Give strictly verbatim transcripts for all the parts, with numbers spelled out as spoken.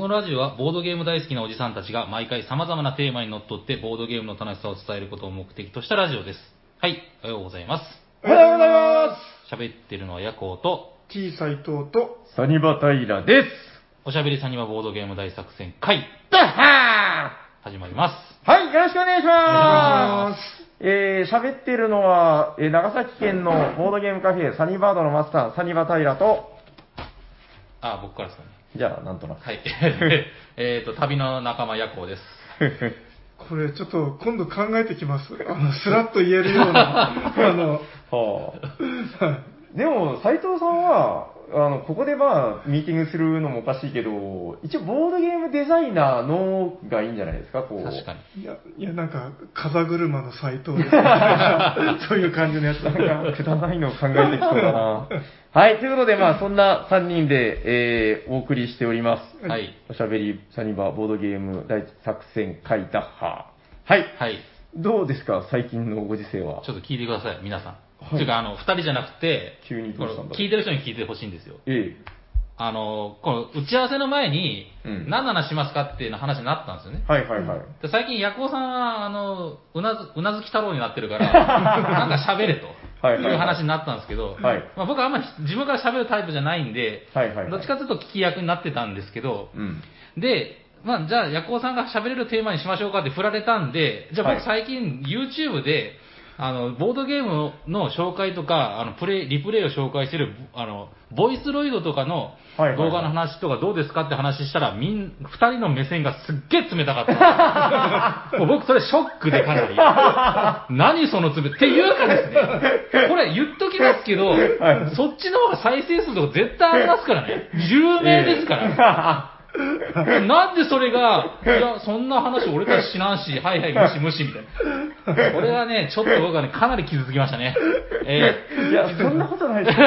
のラジオはボードゲーム大好きなおじさんたちが毎回様々なテーマにのっとってボードゲームの楽しさを伝えることを目的としたラジオです。はい、おはようございます。 おはようございます。 喋ってるのはヤコウと T 斎藤とサニバタイラです。 おしゃべりサニバボードゲーム大作戦会ダッハー始まります。 ー。はい、よろしくお願いしまます。 えー、喋ってるのは、えー、長崎県のボードゲームカフェサニバードのマスター、サニバタイラと、 あ、僕からですかね。 じゃあ、なんとなく。 はい。えっと、旅の仲間ヤコウです。 これちょっと今度考えてきます。あの、スラッと言えるような、あの、 はあ、でも、斉藤さんは、あの、ここでまあ、ミーティングするのもおかしいけど、一応ボードゲームデザイナーのがいいんじゃないですか、こう。 確かに。 いや、いや、なんか、風車の斎藤です。そういう感じのやつ。 なんか、くだらないのを考えてきそうだな。はい、ということで、まあ、そんなさんにんで、えー、お送りしております。 はい。 おしゃべりサニバボードゲーム大作戦会ダッハー。はい。 はい。 どうですか、最近のご時世は。 ちょっと聞いてください、皆さん。 はい、 というか、あの、二人じゃなくて、 急にどうしたんだろう。 聞いてる人に聞いてほしいんですよ。 ええ。 あの、この打ち合わせの前に、うん、何の話しますかっていうの話になったんですよね。 はいはいはい。 で最近、ヤコウさんは、あの、うなず、うなずき太郎になってるから、なんか喋れと。はいいう話になったんですけど、はいまあ、僕はあんまり自分から喋るタイプじゃないんで、はいはいはい、どっちかというと聞き役になってたんですけど、うん、で、まあ、じゃあ、ヤコウさんが喋れるテーマにしましょうかって振られたんで、じゃあ僕最近 YouTube で、あの、ボードゲームの紹介とか、あの、プレイ、リプレイを紹介してる、あの、ボイスロイドとかの動画の話とかどうですかって話したら、みん、二人の目線がすっげえ冷たかった。もう僕それショックでかなり。何その冷たっていうかですね、これ言っときますけど、はい、そっちの方が再生数とか絶対ありますからね。有名ですから。えーなんでそれが、いや、そんな話俺たちしなんし、はいはい、無視無視みたいな。これはね、ちょっと僕はね、かなり傷つきましたね。えー、いや、そんなことないですよ。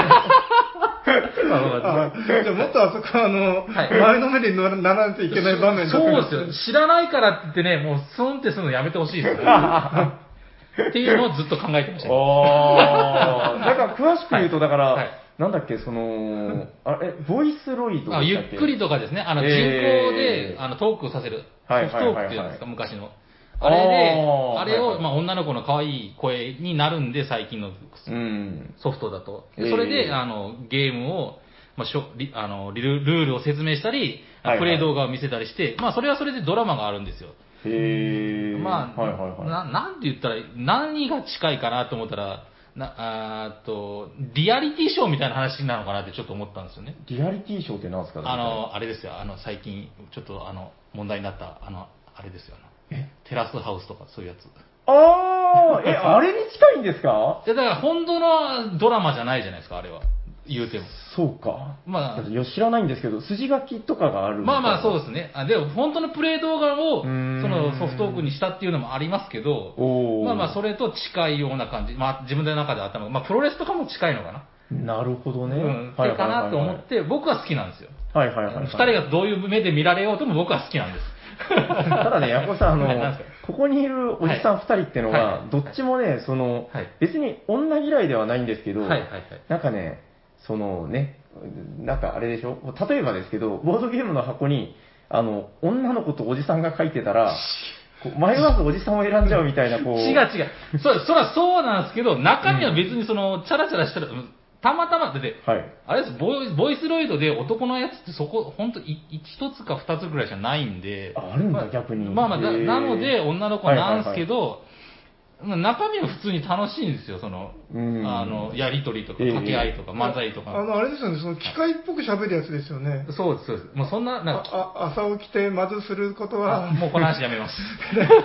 あじゃあもっとあそこはあの、はい、前のめりにならないといけない場面だそうですよ。知らないからって言ってね、もうスンってするのやめてほしいですよ。っていうのをずっと考えてました、ね。 あだから詳しく言うと、だから、はいはいなんだっけ、その、あれ、ボイスロイドあゆっくりとかですね、あの、人工で、えー、あの、トークをさせる、ソフトトークっていうんですか、昔の。あれで、あれを、まあ、女の子の可愛い声になるんで、最近のソフトだと。でそれで、あの、ゲームを、まあ、しょあのルールを説明したり、プレイ動画を見せたりして、まあ、それはそれでドラマがあるんですよ。 へー。 まあ、 はいはいはい、 な、なんて言ったら、何が近いかなと思ったら、なあーと、リアリティショーみたいな話なのかなってちょっと思ったんですよね。 リアリティショーって何ですかねあの、あれですよ、あの、最近、ちょっとあの、問題になった、あの、あれですよ、あの、テラスハウスとかそういうやつ。 あー、え、あれに近いんですかいや、だから本当のドラマじゃないじゃないですか、あれは。言うても。 そうか。 まあ、 いや知らないんですけど、筋書きとかがあるまあまあそうですね。あでも本当のプレイ動画をそのソフトオークにしたっていうのもありますけど、まあまあそれと近いような感じ。まあ自分の中で頭、まあプロレスとかも近いのかな。 なるほどね。 うん。ってかなと思って、僕は好きなんですよ。 はいはいはい、はい。 二人がどういう目で見られようとも僕は好きなんです。 ただね、ヤコさん、あの、ここにいるおじさん二人ってのは、どっちもね、その、はい、別に女嫌いではないんですけど、はいはいはい、なんかね、そのね、なんかあれでしょ例えばですけど、ボードゲームの箱に、あの、女の子とおじさんが書いてたら、迷わずおじさんを選んじゃうみたいな、こう。 違う違う。そ、そらそうなんですけど、中身は別にその、チャラチャラしたら、たまたま、だって、はい、あれですボイ、ボイスロイドで男のやつってそこ、ほんと、一つか二つぐらいじゃないんで。 あ、あるんだ、まあ、逆に。 まあまあ、なので、女の子なんですけど、はいはいはい中身は普通に楽しいんですよ、その、あの、やりとりとか、掛け合いとか、漫才とか。 あの、あれですよね、その機械っぽく喋るやつですよね。 そうです、そうです。もうそんな、なんか。 あ、朝起きてまずすることは。 もうこの話やめます。 いや、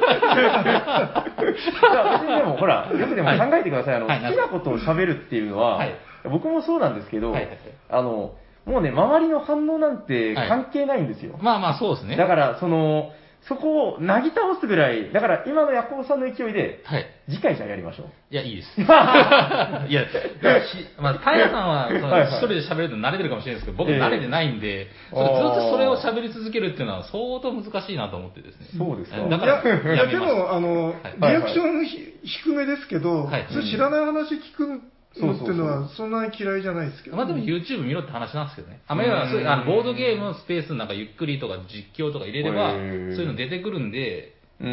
別にでも、ほら、よくでも考えてください。あの、好きなことを喋るっていうのは、僕もそうなんですけど、あの、もうね、周りの反応なんて関係ないんですよ。 まあまあ、そうですね。 だから、その、そこをなぎ倒すぐらい、だから今のヤコウさんの勢いで、はい、次回じゃあやりましょう。 いや、いいです。いや、まあ、平さんは、その一人で喋ると慣れてるかもしれないですけど、僕慣れてないんで、えー、それずっとそれを喋り続けるっていうのは相当難しいなと思ってですね。 そうですか。 だから、いや、でも、あの、はい、リアクション低めですけど、はい、それ知らない話聞くのっていうのはそんなに嫌いじゃないですけど、 まあでも YouTube 見ろって話なんですけどね。あ、まあ、要はそういうあのボードゲームのスペースなんかゆっくりとか実況とか入れれば、そういうの出てくるんで、うん、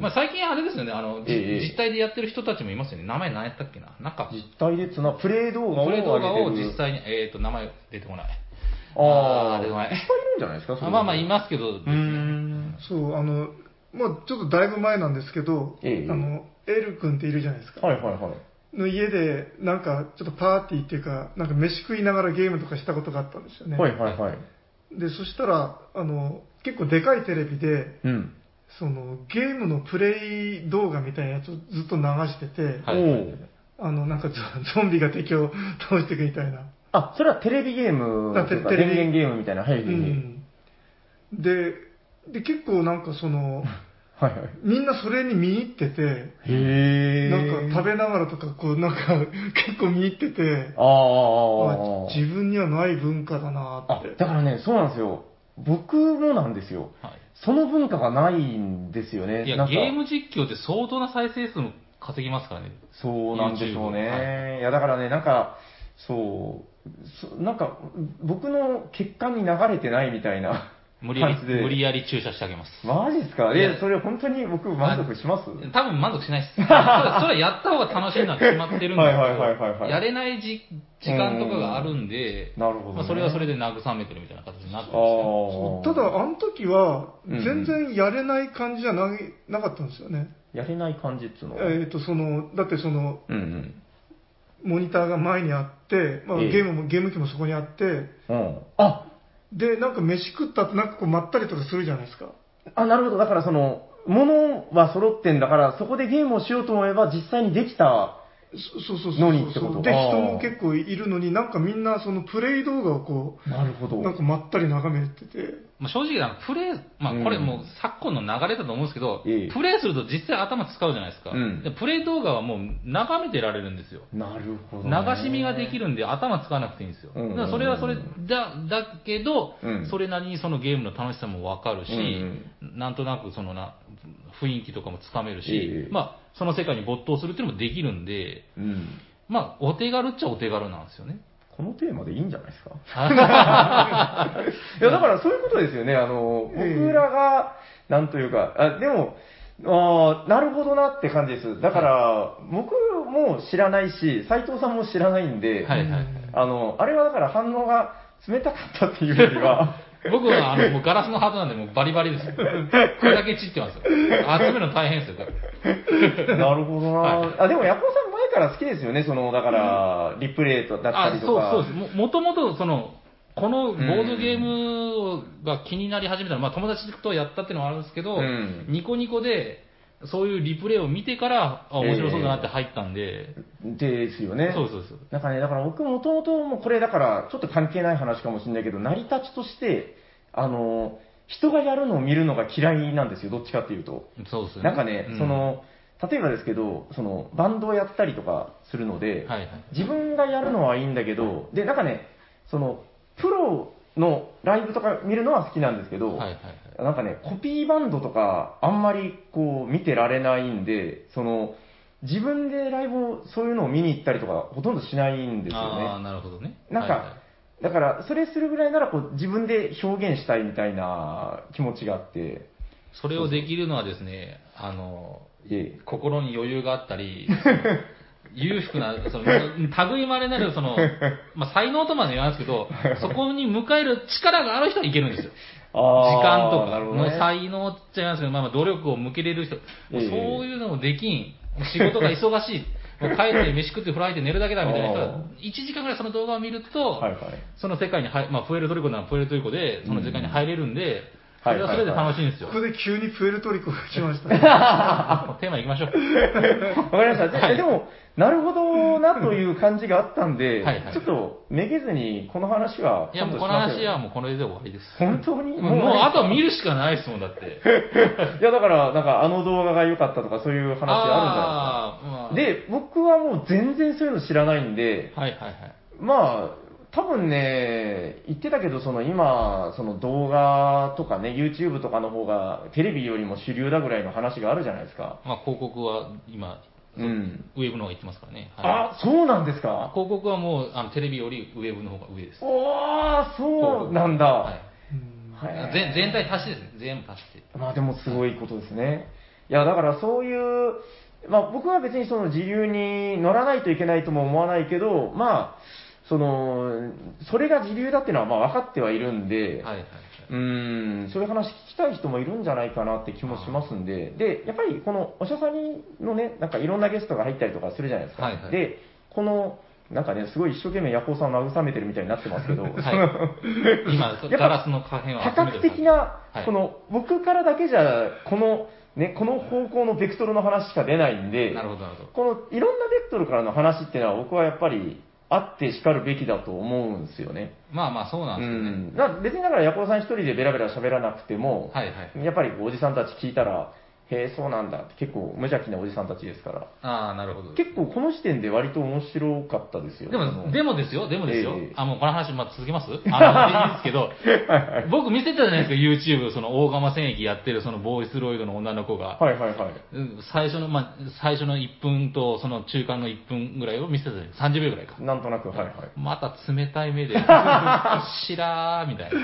まあ最近あれですよね、あの、ええ、実体でやってる人たちもいますよね。名前何やったっけな、なんか。 実体でつな、プレイ動画をプレイ動画を実際に、えっ、ー、と、名前出てこない。 ああ、出てこない。いっぱいいるんじゃないですか、それ。 まあまあいますけど、 うーん、そう、あの、まあちょっとだいぶ前なんですけど、ええ、あの、エル君っているじゃないですか。 はいはいはい。 の家で、なんか、ちょっとパーティーっていうか、なんか飯食いながらゲームとかしたことがあったんですよね。 はいはいはい。 で、そしたら、あの、結構でかいテレビで、うん、その、ゲームのプレイ動画みたいなやつをずっと流してて、はい、あの、なんかゾンビが敵を倒していくみたいな。 あ、それはテレビゲームとか、電源ゲームみたいな、はい、はい、うん。 で、で、結構なんかその、はいはい、みんなそれに見入ってて、へなんか食べながらとか、こうなんか結構見入ってて、ああ自分にはない文化だなって。 だからね、そうなんですよ。僕もなんですよ。はい、その文化がないんですよね。 いや、ゲーム実況って相当な再生数も稼ぎますからね。 そうなんでしょうね。はい、いや、だからね、なんか、そう、なんか、僕の血管に流れてないみたいな。 無理やり、無理やり注射してあげます。 マジっすか？え、それ本当に僕満足します？ 多分満足しないっす。それはやった方が楽しいのは決まってるんだけど、やれないじ時間とかがあるんで、 なるほど、ね。 まあ、それはそれで慰めてるみたいな形になってるんですね。ただ、あの時は、全然やれない感じじゃななかったんですよね。 やれない感じっつうのはえっ、ー、と、その、だってその、うんうんモニターが前にあって、まあ、ゲームも、ゲーム機もそこにあって、うん、あで、なんか飯食ったってなんかこうまったりとかするじゃないですか。 あ、なるほど。だからその、物は揃ってんだから、そこでゲームをしようと思えば実際にできたそうそうそうのにってこと。 で、人も結構いるのに、なんかみんなそのプレイ動画をこう、 なるほど。 なんかまったり眺めてて。 まあ、正直なプレイ、まあこれもう昨今の流れだと思うんですけど、うん、プレイすると実際頭使うじゃないですか、うん、で。プレイ動画はもう眺めてられるんですよ。 なるほど、ね。 流し見ができるんで頭使わなくていいんですよ。うんうんうん、だからそれはそれだ、だけど、うん、それなりにそのゲームの楽しさもわかるし、うんうん、なんとなくそのな、雰囲気とかもつかめるし、えー、まあその世界に没頭するっていうのもできるんで、うんまあ、お手軽っちゃお手軽なんですよね。 このテーマでいいんじゃないですかいや、だからそういうことですよね。あの、僕らが、なんというか、あでも、あなるほどなって感じです。だから、はい、僕も知らないし、斉藤さんも知らないんで、はいはいはい、あの、あれはだから反応が冷たかったっていうよりは、 僕はあのもうガラスのハートなんでもうバリバリですよ。これだけ散ってますよ。集めるの大変ですよ。 なるほどな、はい、あ、でもヤコウさん前から好きですよね。その、だから、リプレイだったりとか。 あ、そうそうです。も、もともとその、このボードゲームが気になり始めたのは、まあ友達とやったっていうのはあるんですけど、うん、ニコニコで、そういうリプレイを見てから、あ、面白そうだなって入ったんで。 えー、ですよね。 そうそうそう。 なんかね、だから僕もともともこれだから、ちょっと関係ない話かもしれないけど、成り立ちとして、あの、人がやるのを見るのが嫌いなんですよ、どっちかっていうと。 そうですね。 なんかね、うん、その、例えばですけど、その、バンドをやったりとかするので、はいはい、自分がやるのはいいんだけど、で、なんかね、その、プロのライブとか見るのは好きなんですけど、はいはいはい、なんかね、コピーバンドとか、あんまりこう、見てられないんで、その、自分でライブを、そういうのを見に行ったりとか、ほとんどしないんですよね。 ああ、なるほどね。 なんか、はいはい、だから、それするぐらいなら、こう、自分で表現したいみたいな気持ちがあって、 それをできるのはですね、あの、心に余裕があったり、裕福な、その、類まれなる、その、まあ、才能とまで言わないですけど、そこに迎える力がある人はいけるんですよ。時間とか、の才能っちゃいますけど、まあ、まあ努力を向けれる人、もうそういうのもできん、仕事が忙しい、もう帰って飯食って風呂入って寝るだけだみたいな人は、いちじかんぐらいその動画を見ると、はいはい、その世界に入、まあ、プエルトリコならプエルトリコで、その世界に入れるんで、うんそれはそれで楽しいんですよ。 ここで急にプエルトリコが来ましたね。 テーマ行きましょう。 わかりました。はい、でも、なるほどなという感じがあったんで、はいはい、ちょっとめげずにこの話は。 いや、もうこの話はもうこれで終わりです。 本当にもう、もうあとは見るしかないですもん、だって。 いや、だから、なんかあの動画が良かったとかそういう話あるんじゃないですか。で、僕はもう全然そういうの知らないんで、はいはいはい。まあ、多分ね、言ってたけど、その今、その動画とかね、YouTube とかの方がテレビよりも主流だぐらいの話があるじゃないですか。 まあ広告は今、 うん、ウェブの方が行ってますからね。 はい、あ、そうなんですか？ 広告はもうあのテレビよりウェブの方が上です。 おー、そうなんだ。はい。 全全体足しですね。全部足して。 まあでもすごいことですね。いや、だからそういう、まあ僕は別にその時流に乗らないといけないとも思わないけど、まあ、その、それが時流だっていうのはまあ分かってはいるんで、はいはいはい、うーん、そういう話聞きたい人もいるんじゃないかなって気もしますんで、で、やっぱりこのおしゃさにのね、なんかいろんなゲストが入ったりとかするじゃないですか。はいはい、で、この、なんかね、すごい一生懸命ヤコウさんを慰めてるみたいになってますけど、はい、 今、ガラスの破片を多角的な、はい、この、僕からだけじゃ、この、ね、この方向のベクトルの話しか出ないんで、 なるほどなるほど、 このいろんなベクトルからの話っていうのは僕はやっぱりあってしかるべきだと思うんですよね。 まあまあそうなんですよね。うん、 だ別にだからヤコウさん一人でベラベラ喋らなくても、はいはい、やっぱりおじさんたち聞いたら、へえ、そうなんだって結構無邪気なおじさんたちですから。 ああ、なるほど。 結構この時点で割と面白かったですよ。 でも、でもですよ、でもですよ。えー、あ、もうこの話、まあ、続けますあの、いいですけど、はいはい、僕見せたじゃないですか、YouTube、その大釜戦役やってるそのボーイスロイドの女の子が。はいはいはい。最初の、まあ、最初のいっぷんと、その中間のいっぷんぐらいを見せたじゃないですか。さんじゅうびょうぐらいか。 なんとなく、はいはい。 また冷たい目で、しらー、みたいな。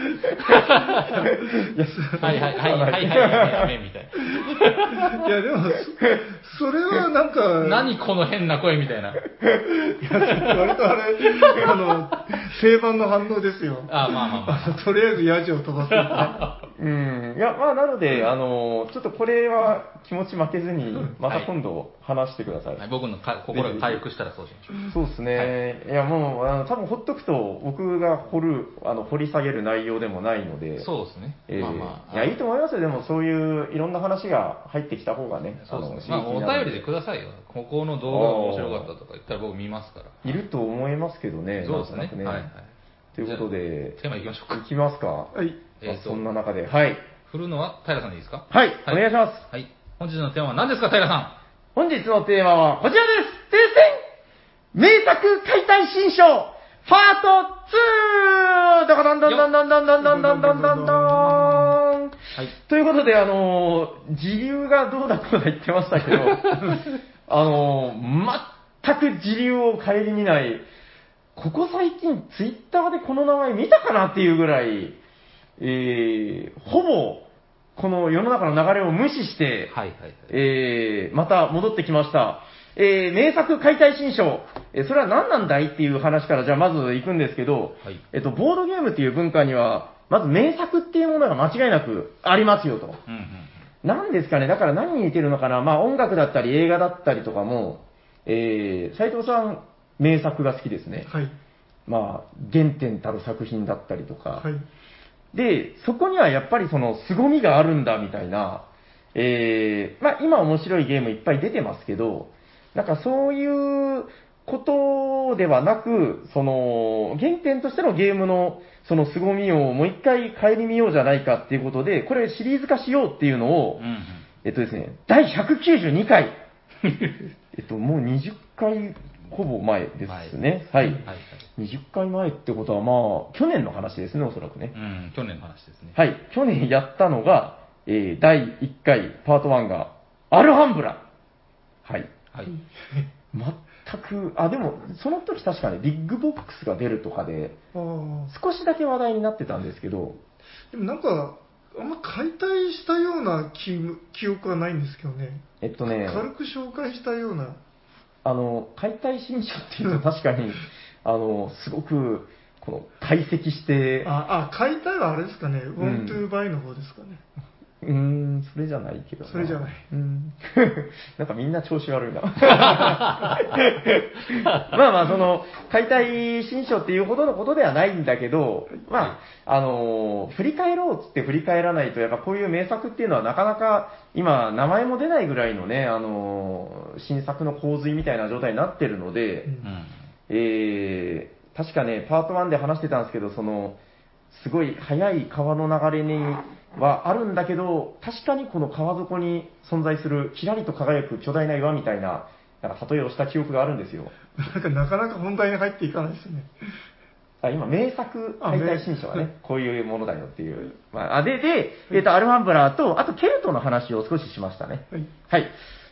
はいはいはいはいはい、やめ、みたいな。 いや、でも、それはなんか。 何この変な声みたいな。いや、 割とあれ、あの、定番の反応ですよ。 あまあまあまあ。とりあえずヤジを飛ばすみたいな。 うん。いや、まあ、なので、あの、ちょっとこれは気持ち負けずに、また今度話してください。はいはい、僕のか心が回復したらそうしましょう。そうですね。はい、いや、もう、あの、多分ほっとくと、僕が掘る、あの、掘り下げる内容でもないので。 そうですね。 えー、まあまあ。いや、いいと思いますよ。でも、そういういろんな話が入ってきた方がね。 そうですね。まあ、お便りでくださいよ。ここの動画が面白かったとか言ったら僕見ますから。 いると思いますけどね。 そうですね。ねはいはい。 ということで、 テーマいきましょうか。 いきますか。 はい。 えー、そんな中で、はい。 振るのは平さんでいいですか？ はい、はい、お願いします。 はい。本日のテーマは何ですか、平さん？ 本日のテーマはこちらです。停戦名作解体新書パートツーだかだんだんだんだんだんだんだんだんだんだんだんはい。ということで、あのー、時流がどうだこうだ言ってましたけど、あのー、全く時流を顧みない、ここ最近ツイッターでこの名前見たかなっていうぐらい、えー、ほぼ、この世の中の流れを無視して、はいはいはい、えー、また戻ってきました。えー、名作解体新書、えー、それは何なんだいっていう話からじゃあまず行くんですけど、はい、えっと、ボードゲームっていう文化には、まず名作っていうものが間違いなくありますよと。うんうん、なんですかね、だから何に似てるのかな、まあ音楽だったり映画だったりとかも、えー、斉藤さん、名作が好きですね。はい。まあ、原点たる作品だったりとか、はい。で、そこにはやっぱりその凄みがあるんだみたいな、えー、まあ今面白いゲームいっぱい出てますけど、なんかそういうことではなく、その、原点としてのゲームのその凄みをもう一回顧みようじゃないかっていうことで、これシリーズ化しようっていうのを、うんうん、えっとですね、だいひゃくきゅうじゅうにかい、えっと、もうにじゅっかいほぼ前ですね。はい。はいはい、にじゅっかいまえってことはまあ、去年の話ですね、おそらくね。 うん、去年の話ですね。 はい。去年やったのが、えー、だいいっかい、パートワンが、アルハンブラ。はい。はい。全く、あ、でも、その時確かね、ビッグボックスが出るとかで、少しだけ話題になってたんですけど。 でもなんか、あんま解体したような記記憶はないんですけどね。 えっとね。 軽く紹介したような。 あの、解体新書っていうと確かに、あの、すごく、この、解析して。 あ、あ、解体はあれですかね。ウォントゥーバイの方ですかね。 うーん、それじゃないけどな。 それじゃない。 うん。なんかみんな調子悪いな。まあまあ、その、解体新書っていうほどのことではないんだけど、まあ、あの、振り返ろうっつって振り返らないと、やっぱこういう名作っていうのはなかなか、今、名前も出ないぐらいのね、あの、新作の洪水みたいな状態になってるので、うん、えー、確かね、パートワンで話してたんですけど、その、すごい速い川の流れにはあるんだけど、確かにこの川底に存在するキラリと輝く巨大な岩みたいな、なんか例えをした記憶があるんですよ。 なんかなかなか本題に入っていかないですね。 あ今、名作解体新書はね、こういうものだよっていう。まあ、で、で、えっ、ー、と、アルファンブラーと、あとケルトの話を少ししましたね。はい。はい、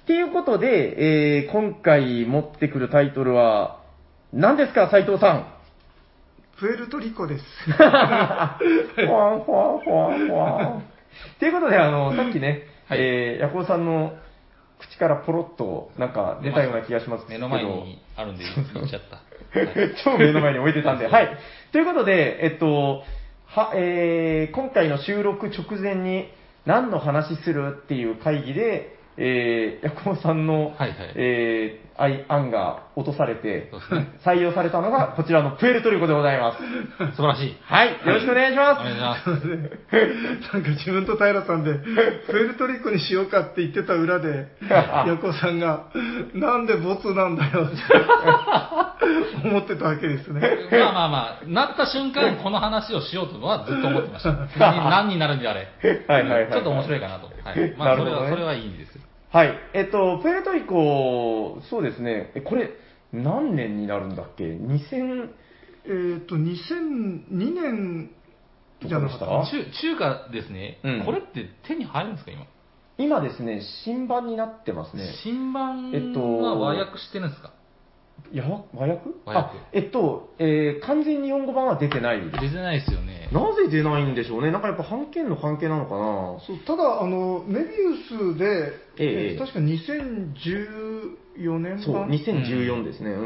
っていうことで、えー、今回持ってくるタイトルは、何ですか、斉藤さん。 プエルトリコです。 ほわんほわんほわんほわん。ということで、あの、さっきね、はい、えー、ヤコウさんの口からポロッとなんか出たような気がしますけど。 目の前にあるんで言っちゃった。 超目の前に置いてたんで。はい。ということで、えっと、は、えー、今回の収録直前に何の話するっていう会議で、えー、ヤコウさんの、はいはい、えー、案が落とされて、ね、採用されたのがこちらのプエルトリコでございます。 素晴らしい。 はい。よろしくお願いします。 お願いします。 なんか自分と平さんで、プエルトリコにしようかって言ってた裏で、ヤコウさんが、なんでボツなんだよって思ってたわけですね。 まあまあまあ、なった瞬間、この話をしようとはずっと思ってました。何, 何になるんであれ。はいはいはい、はい。ちょっと面白いかなと。はい。まあ、それは、ね、それはいいんですよ。 はい。えっと、プエルトリコ、そうですね。これ、何年になるんだっけ ?にせん、 えっと、にせんにねんじゃなかった中中華ですね、うん。これって手に入るんですか、今。 今ですね、新版になってますね。 新版は和訳してるんですか、 いや、和訳和訳あ、えっと、えー、完全日本語版は出てないです。 出てないですよね。 なぜ出ないんでしょうね。なんかやっぱ版権の関係なのかな。 そう、ただ、あの、メビウスで、えー、確かにせんじゅうよねん版そう、にせんじゅうよんですね。うん。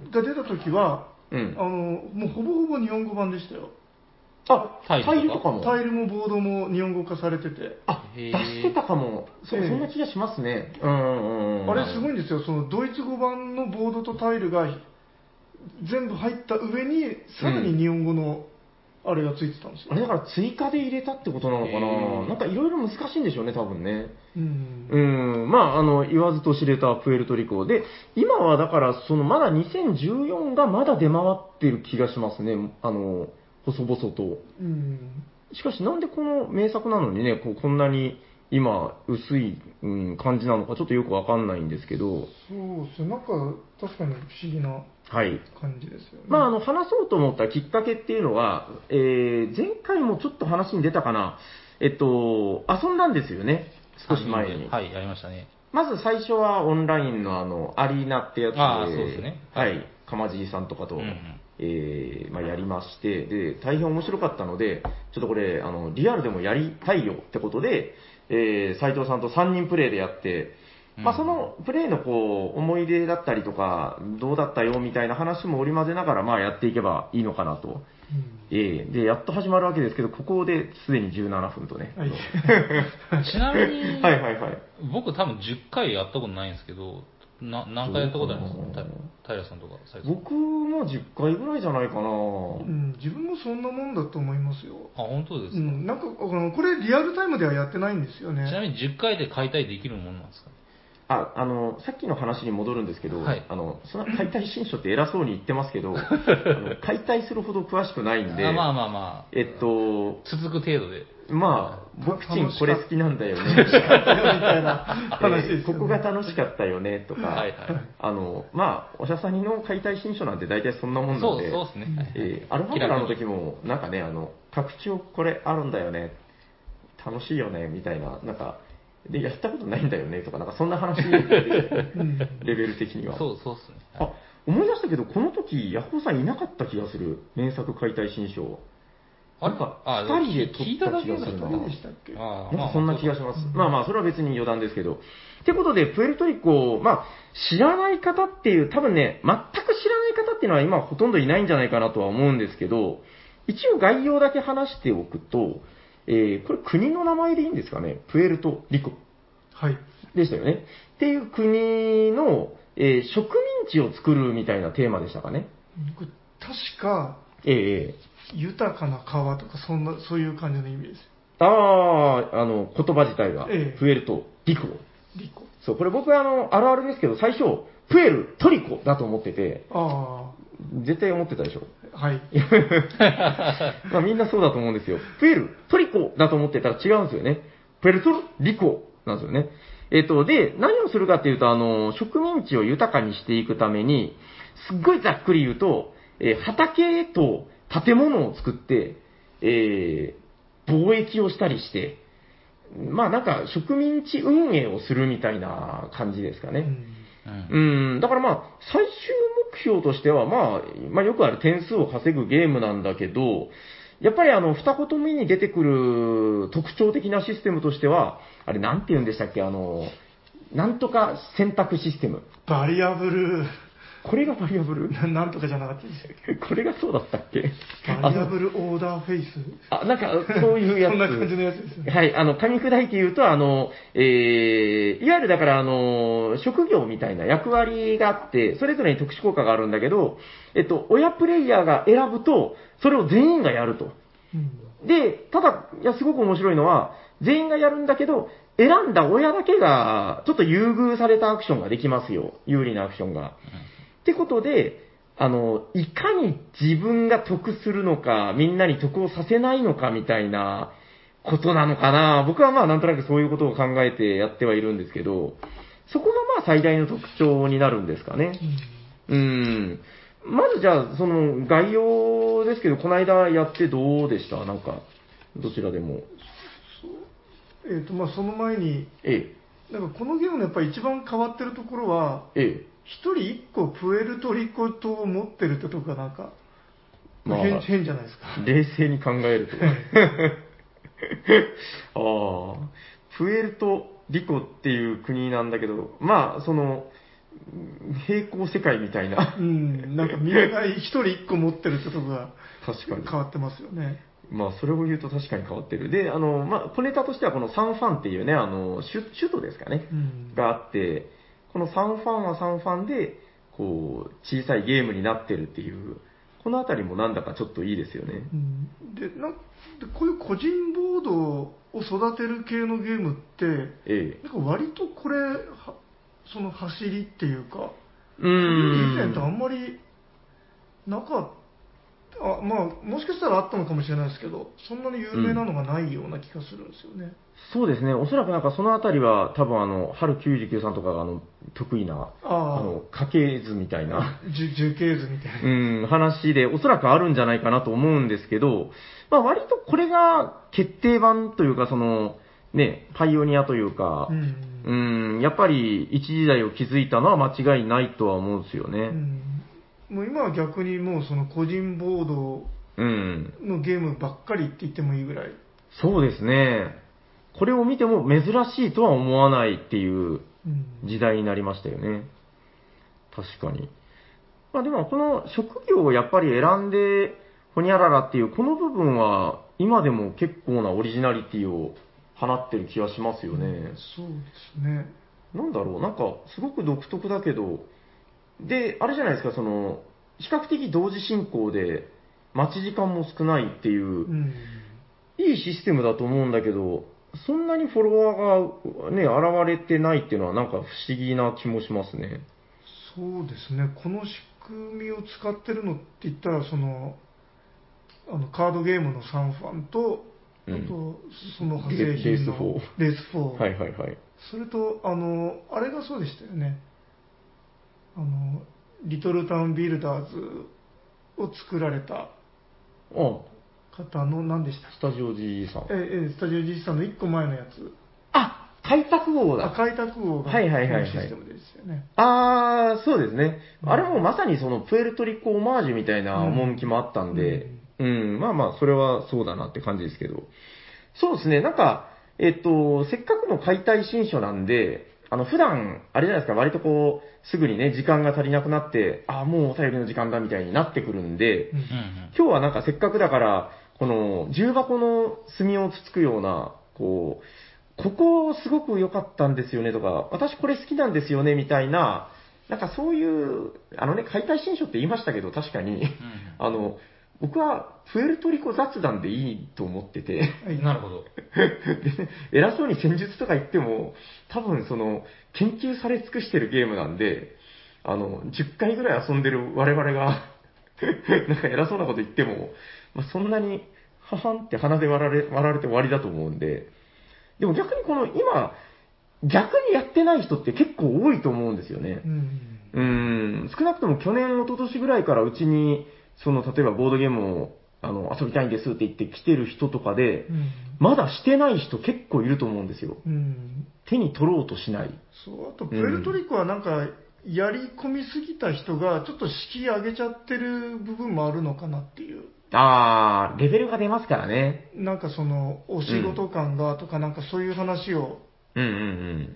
が出た時は、うん、あの、もうほぼほぼ日本語版でしたよ。あ、タイルとかもタイルもボードも日本語化されてて。 あ、出してたかも。そう、そんな気がしますね。うんうんうん。 あれすごいんですよ。そのドイツ語版のボードとタイルが全部入った上に、さらに日本語のあれがついてたんですよ。 あれだから追加で入れたってことなのかな。なんかいろいろ難しいんでしょうね、多分ね。 うん。 うん。まあ、あの、言わずと知れたプエルトリコ。で、今はだから、そのまだにせんじゅうよんがまだ出回ってる気がしますね。あの、細々と。 うん。 しかしなんでこの名作なのにね、こうこんなに今薄い、うん、感じなのかちょっとよくわかんないんですけど。 そうですね。なんか確かに不思議な感じですよね。 はい、まああの話そうと思ったきっかけっていうのは、えー、前回もちょっと話に出たかな。えっと遊んだんですよね。少し前に。 はい、やりましたね。 まず最初はオンラインのあのアリーナってやつで、 あそうですね。 はい、かまじいさんとかと。うんうんえーまあ、やりまして、で、大変面白かったので、ちょっとこれ、あの、リアルでもやりたいよってことで、えー、斉藤さんとさんにんプレイでやって、まあ、そのプレイのこう、思い出だったりとか、どうだったよみたいな話も織り交ぜながら、まあ、やっていけばいいのかなと。うん、えー、で、やっと始まるわけですけど、ここですでにじゅうななふんとね。はい、 ちなみに、 はいはいはい。 僕多分じゅっかいやったことないんですけど、な何回やったことありますか、平さんとか。 僕もじゅっかいぐらいじゃないかな、 うん、自分もそんなもんだと思いますよ。 あ、本当ですか、 うん、なんかこれリアルタイムではやってないんですよね。 ちなみにじゅっかいで解体できるものなんですかね。 あ、あの、さっきの話に戻るんですけど、はい、あの、そんな解体新書って偉そうに言ってますけど、あの解体するほど詳しくないんで、 あまあまあまあ、 えっと、 続く程度で。 まあ、僕ちんこれ好きなんだよね、みたいな話です、ね。ここが楽しかったよね、とか、はいはい、あの、まあ、おしゃさにの解体新書なんて大体そんなもんなんで、 そうですね。 えー、アルファベラの時も、なんかね、あの、拡張これあるんだよね、楽しいよね、みたいな、なんか、で、やったことないんだよね、とか、なんかそんな話で、レベル的には。 そう、そうっすね。 あ、思い出したけど、この時、ヤホーさんいなかった気がする。名作解体新書。なんか、二人で撮った気がするな。なんかそんな気がします。まあまあ、それは別に余談ですけど。ってことで、プエルトリコ、まあ、知らない方っていう、多分ね、全く知らない方っていうのは今ほとんどいないんじゃないかなとは思うんですけど、一応概要だけ話しておくと、えー、これ国の名前でいいんですかね。プエルトリコ。 はい。 でしたよね。っていう国の、えー、植民地を作るみたいなテーマでしたかね。 これ確か、 ええー、 豊かな川とか、そんな、そういう感じの意味です。 ああ、あの、言葉自体が、 ええ、 プエルトリコ。 リコ。 そう、これ僕はあの、あるあるですけど、最初、プエルトリコだと思ってて、 ああ。 絶対思ってたでしょ。 はい。 まあみんなそうだと思うんですよ。プエルトリコだと思ってたら違うんですよね。プエルトリコなんですよね。えっと、で、何をするかっていうと、あの、植民地を豊かにしていくために、すっごいざっくり言うと、えー、畑と建物を作って、えー、貿易をしたりして、 まあなんか植民地運営をするみたいな感じですかね。うん、うん、だからまあ、最終目標としては、まあ、まあよくある点数を稼ぐゲームなんだけど、やっぱりあの、二言目に出てくる特徴的なシステムとしては、あれなんて言うんでしたっけ、あの、なんとか選択システム。 バリアブル。 これがバリアブルななんとかじゃなかったですこれがそうだったっけバリアブルオーダーフェイスあ、なんか、そういうやつ。 そんな感じのやつですね。 はい、あの、噛み砕いて言うと、あの、えー、いわゆるだから、あの、職業みたいな役割があって、それぞれに特殊効果があるんだけど、えっと、親プレイヤーが選ぶと、それを全員がやると。うん、で、ただ、いや、すごく面白いのは、全員がやるんだけど、選んだ親だけが、ちょっと優遇されたアクションができますよ。有利なアクションが。うん、ってことで、あの、いかに自分が得するのか、みんなに得をさせないのかみたいなことなのかな。僕はまあなんとなくそういうことを考えてやってはいるんですけど、そこがまあ最大の特徴になるんですかね。うん。うんまずじゃあ、その概要ですけど、この間やってどうでしたなんか、どちらでも。 えっ、ー、と、まあその前に、ええ、なんかこのゲームのやっぱり一番変わってるところは、ええ、一人一個プエルトリコ島を持ってるってとこがなんか、まあ、変, 変じゃないですか。 冷静に考えると。ああ、プエルトリコっていう国なんだけど、まあ、その、平行世界みたいな。 うん、なんかみんな一人一個持ってるってとこが確かに変わってますよね。 まあ、それを言うと確かに変わってる。で、あの、まあ、小ネタとしてはこのサンファンっていうね、あの、首首都ですかね、うん、があって、このサンファンはサンファンで、こう、小さいゲームになってるっていう、このあたりもなんだかちょっといいですよね。 うん、で、なでこういう個人ボードを育てる系のゲームって、ええ、なんか割とこれ、その走りっていうか、うん、以前とあんまりなかった。あまあ、もしかしたらあったのかもしれないですけど、そんなに有名なのがないような気がするんですよね。うん、 そうですね、おそらくなんかそのあたりは、多分あの、春きゅうじゅうきゅうさんとかがあの得意な、ああの家系図みたいな、 樹系図みたいな、 うん、話で、おそらくあるんじゃないかなと思うんですけど、まあ、割とこれが決定版というか、その、ね、パイオニアというか、うん、うん、やっぱり一時代を築いたのは間違いないとは思うんですよね。うんもう今は逆にもうその個人ボードのゲームばっかりって言ってもいいぐらい、うん、 そうですね。これを見ても珍しいとは思わないっていう時代になりましたよね。うん、確かに。まあでもこの職業をやっぱり選んでホニャララっていうこの部分は今でも結構なオリジナリティを放ってる気がしますよね。うん、 そうですね。 なんだろう、なんかすごく独特だけど、で、あれじゃないですか、その、比較的同時進行で、待ち時間も少ないっていう、うん、いいシステムだと思うんだけど、そんなにフォロワーがね、現れてないっていうのはなんか不思議な気もしますね。 そうですね、この仕組みを使ってるのって言ったら、その、あのカードゲームのサンファンと、あと、その派生品のレースフォー。 はいはいはい。 それと、あの、あれがそうでしたよね。あの、リトルタウンビルダーズを作られた方の何でしたっけ？ スタジオ ジー さん。 ええ、スタジオ ジー さんのいっこまえのやつ。 あ、開拓王だ。 あ、開拓王がはいはいはいはい。 システムですよね。 あー、そうですね。うん、あれもまさにそのプエルトリコオマージュみたいな趣もあったんで、うん、うんうん、まあまあ、それはそうだなって感じですけど。そうですね、なんか、えっと、せっかくの解体新書なんで、あの、普段、あれじゃないですか、割とこう、すぐにね、時間が足りなくなって、あ、もうお便りの時間だみたいになってくるんで、うんうん、今日はなんかせっかくだから、この、重箱の隅をつつくような、こう、ここすごく良かったんですよねとか、私これ好きなんですよねみたいな、なんかそういう、あのね、解体新書って言いましたけど、確かに、うん、あの、僕はプエルトリコ雑談でいいと思ってて。 なるほど。 で、偉そうに戦術とか言っても、多分その、研究され尽くしてるゲームなんで、あの、じゅっかいぐらい遊んでる我々が、なんか偉そうなこと言っても、まあ、そんなに、ははんって鼻で割られ、割られて終わりだと思うんで、でも逆にこの今、逆にやってない人って結構多いと思うんですよね。うん、うーん、少なくとも去年、一昨年ぐらいからうちに、その、例えばボードゲームをあの、遊びたいんですって言って来てる人とかで、うん、まだしてない人結構いると思うんですよ。うん、手に取ろうとしない。 そう、あと、プエルトリコはなんか、やり込みすぎた人が、ちょっと敷居上げちゃってる部分もあるのかなっていう。 あー、レベルが出ますからね。 なんかその、お仕事感がとか、なんかそういう話を、 うんうんうん、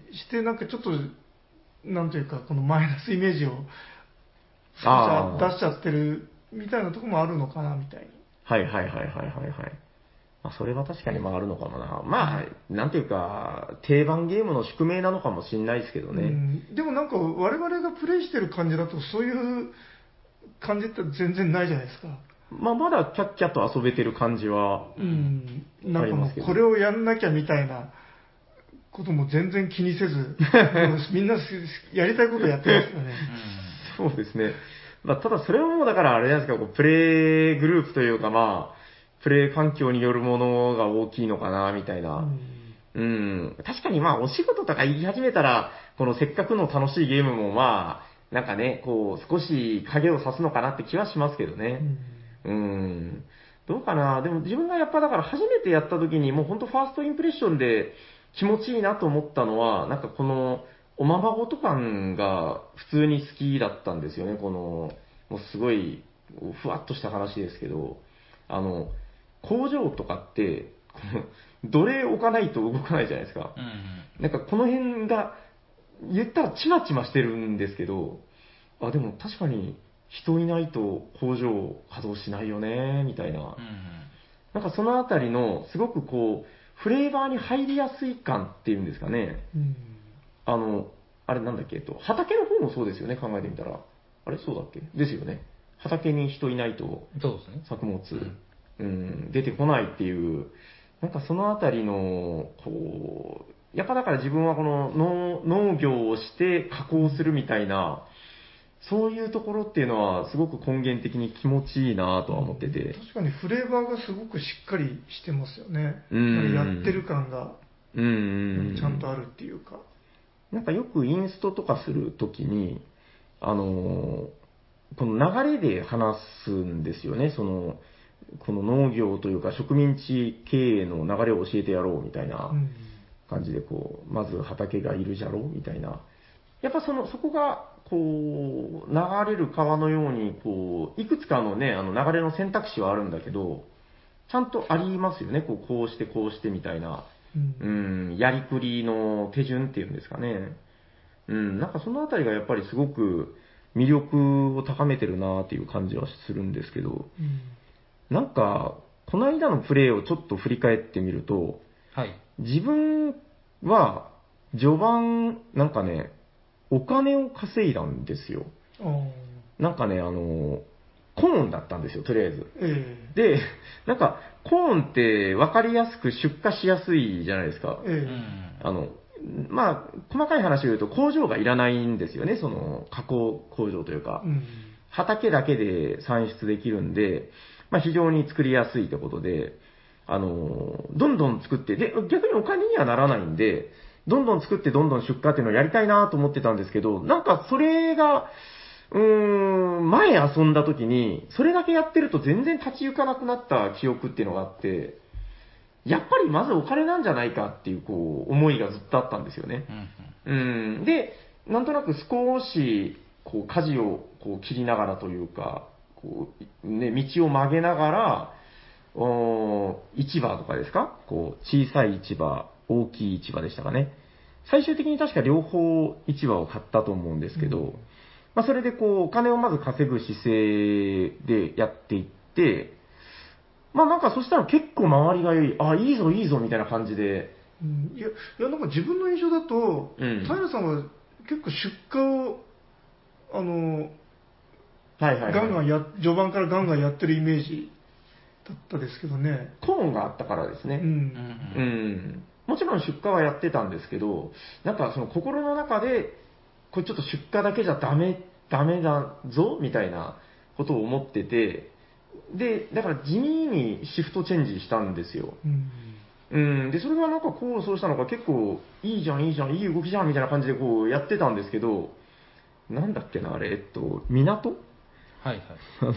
して、なんかちょっと、なんというか、このマイナスイメージを、少し出しちゃってるみたいなところもあるのかな、みたいに。 はいはいはいはいはいはい。まあ、それは確かにまああるのかもな。まあ、なんていうか、定番ゲームの宿命なのかもしれないですけどね。うん、でもなんか、我々がプレイしてる感じだと、そういう感じって全然ないじゃないですか。 まあ、まだキャッキャと遊べてる感じは、 うん、なんかもうこれをやんなきゃみたいなことも全然気にせず、みんなやりたいことやってますよね。 そうですね。まあ、ただそれはもうだからあれなんですか、こうプレイグループというかまあ、プレイ環境によるものが大きいのかな、みたいな。うん、うん。確かにまあ、お仕事とか言い始めたら、このせっかくの楽しいゲームもまあ、なんかね、こう、少し影を差すのかなって気はしますけどね。うん、うんどうかな。でも自分がやっぱだから初めてやった時にもうほんとファーストインプレッションで気持ちいいなと思ったのは、なんかこの、おままごと感が普通に好きだったんですよね。この、もうすごい、ふわっとした話ですけど、あの、工場とかって、この奴隷置かないと動かないじゃないですか。うんうん、なんかこの辺が、言ったらちまちましてるんですけど、あ、でも確かに人いないと工場稼働しないよね、みたいな。うんうん、なんかそのあたりの、すごくこう、フレーバーに入りやすい感っていうんですかね。うん、あの、あれなんだっけ、えっと、畑の方もそうですよね、考えてみたら。あれそうだっけですよね。畑に人いないと、作物、うん、出てこないっていう、なんかそのあたりの、こう、やっぱだから自分はこの農農業をして加工するみたいな、そういうところっていうのはすごく根源的に気持ちいいなとは思ってて、うん。 確かにフレーバーがすごくしっかりしてますよね。うん。やってる感が、うん。ちゃんとあるっていうか。 なんかよくインストとかするときに、あの、この流れで話すんですよね。その、この農業というか植民地経営の流れを教えてやろうみたいな感じで、こう、まず畑がいるじゃろうみたいな。やっぱその、そこが、こう、流れる川のように、こう、いくつかのね、あの流れの選択肢はあるんだけど、ちゃんとありますよね。こう、こうしてこうしてみたいな。うん、うんやりくりの手順っていうんですかね。うん、なんかそのあたりがやっぱりすごく魅力を高めてるなっていう感じはするんですけど、うん、なんか、この間のプレイをちょっと振り返ってみると、はい、自分は序盤、なんかね、お金を稼いだんですよ。なんかね、あの、コーンだったんですよ、とりあえず。えー、で、なんか、コーンって分かりやすく出荷しやすいじゃないですか。えー、あの、まあ、細かい話を言うと工場がいらないんですよね、その加工工場というか。うん、畑だけで産出できるんで、まあ、非常に作りやすいってことで、あの、どんどん作って、で、逆にお金にはならないんで、どんどん作ってどんどん出荷っていうのをやりたいなと思ってたんですけど、なんかそれが、うーん、前遊んだ時に、それだけやってると全然立ち行かなくなった記憶っていうのがあって、やっぱりまずお金なんじゃないかっていう、こう、思いがずっとあったんですよね。うん、うん。で、なんとなく少し、こう、舵をこう切りながらというか、こう、ね、道を曲げながら、お市場とかですかこう、小さい市場、大きい市場でしたかね。最終的に確か両方市場を買ったと思うんですけど、うん、まあ、それでこう、お金をまず稼ぐ姿勢でやっていって、まあなんかそしたら結構周りがいい、あ、いいぞいいぞみたいな感じで。 うん、いや、いやなんか自分の印象だと、うん、平さんは結構出荷を、あの、はいはいはい、ガンガンや、序盤からガンガンやってるイメージだったですけどね。 コーンがあったからですね。うん。うん。もちろん出荷はやってたんですけど、なんかその心の中で、これちょっと出荷だけじゃダメ、ダメだぞみたいなことを思ってて、で、だから地味にシフトチェンジしたんですよ。うん。うん、で、それがなんかこうそうしたのが結構いいじゃん、いいじゃん、いい動きじゃんみたいな感じでこうやってたんですけど、なんだっけな、あれ、えっと、港はいはい。 あの、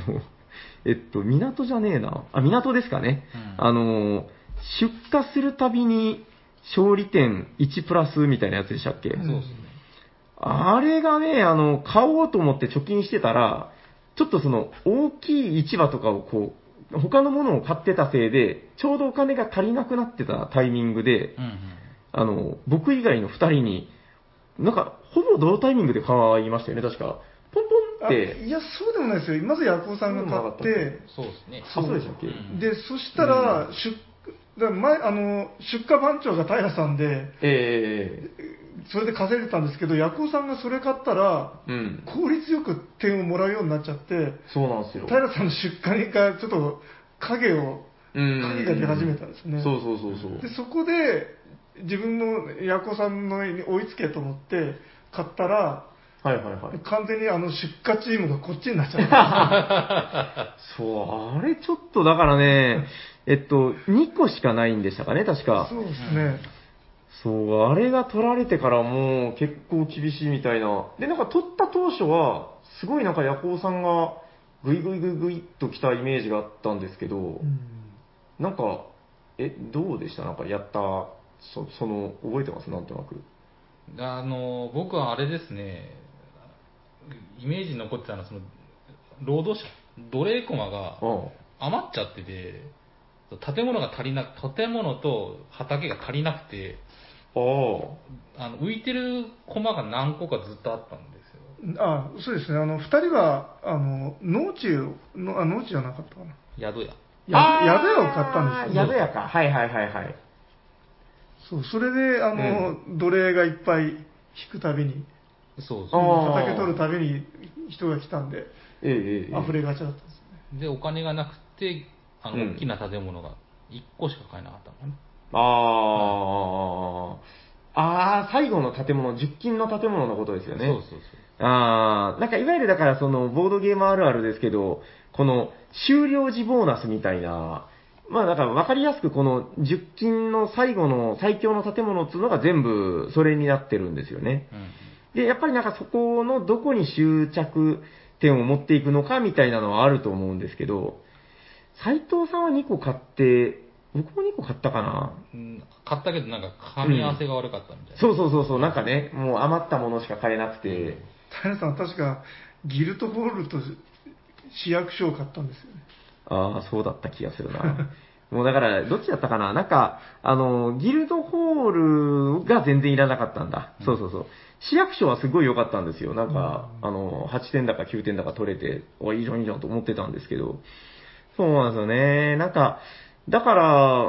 えっと、港じゃねえな。あ、港ですかね。うん、あの、出荷するたびに勝利点いちプラスみたいなやつでしたっけ？そうですね。あれがね、あの、買おうと思って貯金してたら、ちょっとその、大きい市場とかをこう、他のものを買ってたせいで、ちょうどお金が足りなくなってたタイミングで、うんうん、あの、僕以外のふたりに、なんか、ほぼ同タイミングで買いましたよね、確か。ポンポンって。 いや、そうでもないですよ。まずヤコウさんが買って、 そうですね。 あ、そうでしたっけ？ で、そしたら、うん、出だから前あの出荷番長が平さんで、えー、それで稼いでたんですけど、ヤコウさんがそれ買ったら、うん、効率よく点をもらうようになっちゃって、 そうなんですよ。 平さんの出荷がちょっと影を、影が出始めたんですね。 そうそうそうそう。 で、そこで、自分のヤコウさんのに追いつけと思って買ったら、 はいはいはい、 完全にあの出荷チームがこっちになっちゃったそう、あれちょっとだからね、えっと、にこしかないんでしたかね、確か。 そうですね。 そう、あれが取られてからもう結構厳しいみたいな。で、なんか取った当初は、すごいなんかヤコウさんがグイグイグイグイっと来たイメージがあったんですけど、うん、なんか、え、どうでしたなんかやった、そその、覚えてますなんとなく。 あの、僕はあれですね、イメージに残ってたのは、その、労働者、奴隷コマが余っちゃってて、建物が足りなく、建物と畑が足りなくて、あの浮いてるコマが何個かずっとあったんですよ。 あそうですね、あの、二人は、あの、農地の、あ、農地じゃなかったかな。 宿屋。宿屋を買ったんですよ。宿屋か。はいはいはいはい。 そう、それで、あの、うん、奴隷がいっぱい引くたびに、 そうそう。 畑取るたびに人が来たんで、ええ、溢れがちだったんですね。で、お金がなくて、あの、大きな建物がいっこしか買えなかったのかな。 ああ、はい、ああ、最後の建物、十金の建物のことですよね。 そうそうそう。 ああ、なんかいわゆるだからその、ボードゲームあるあるですけど、この、終了時ボーナスみたいな、まあだから分かりやすくこの十金の最後の最強の建物っていうのが全部それになってるんですよね。うん、で、やっぱりなんかそこのどこに終着点を持っていくのかみたいなのはあると思うんですけど、斉藤さんはにこ買って、僕もにこ買ったかな、 うん、買ったけどなんか噛み合わせが悪かったみたいな、 うん。そうそうそうそう、なんかね、もう余ったものしか買えなくて。 平さん確かギルトホールと市役所を買ったんですよね。 ああ、そうだった気がするな。もうだから、どっちだったかななんか、あの、ギルドホールが全然いらなかったんだ。うん、そうそうそう。市役所はすごい良かったんですよ。なんか、うん、あの、はちてんだかきゅうてんだか取れて、お、いいじゃんいいじゃんと思ってたんですけど、そうなんですよね。なんか、だから、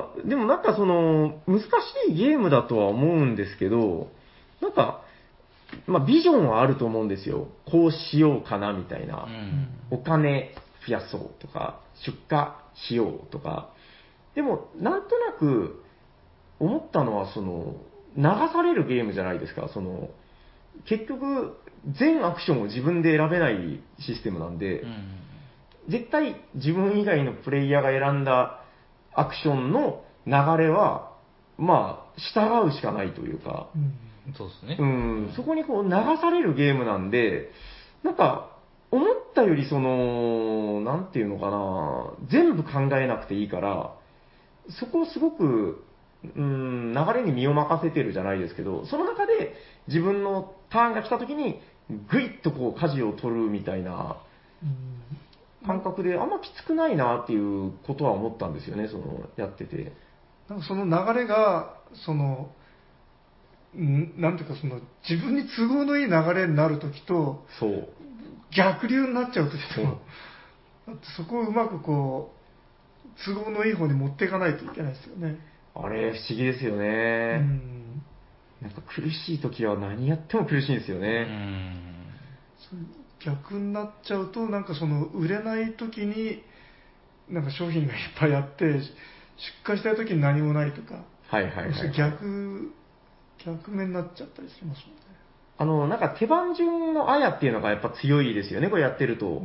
でもなんかその、難しいゲームだとは思うんですけど、なんか、まあ、ビジョンはあると思うんですよ。こうしようかなみたいな。うん、お金増やそうとか、出荷しようとか。でも、なんとなく思ったのは、その、流されるゲームじゃないですか。その、結局、全アクションを自分で選べないシステムなんで、うん、絶対自分以外のプレイヤーが選んだアクションの流れは、まあ、従うしかないというか、うん、 そうですね。 うん、そこにこう流されるゲームなんで、なんか、思ったよりその、なんていうのかな、全部考えなくていいから、そこをすごく、うん、流れに身を任せてるじゃないですけど、その中で自分のターンが来た時に、ぐいっとこう舵を取るみたいな感覚で、あんまきつくないなっていうことは思ったんですよね、その、やってて。 なんかその流れが、その、んなんていうかその、自分に都合のいい流れになるときと、 そう。 逆流になっちゃうときと、だってそこをうまくこう、都合のいい方に持っていかないといけないですよね。 あれ、不思議ですよね。うん。なんか苦しいときは何やっても苦しいんですよね。うん。 逆になっちゃうと、なんかその、売れないときに、なんか商品がいっぱいあって、出荷したいときに何もないとか、 はいはいはい、はい、 逆、逆目になっちゃったりしますもんね。 あの、なんか手番順のあやっていうのがやっぱ強いですよね、これやってると。うん、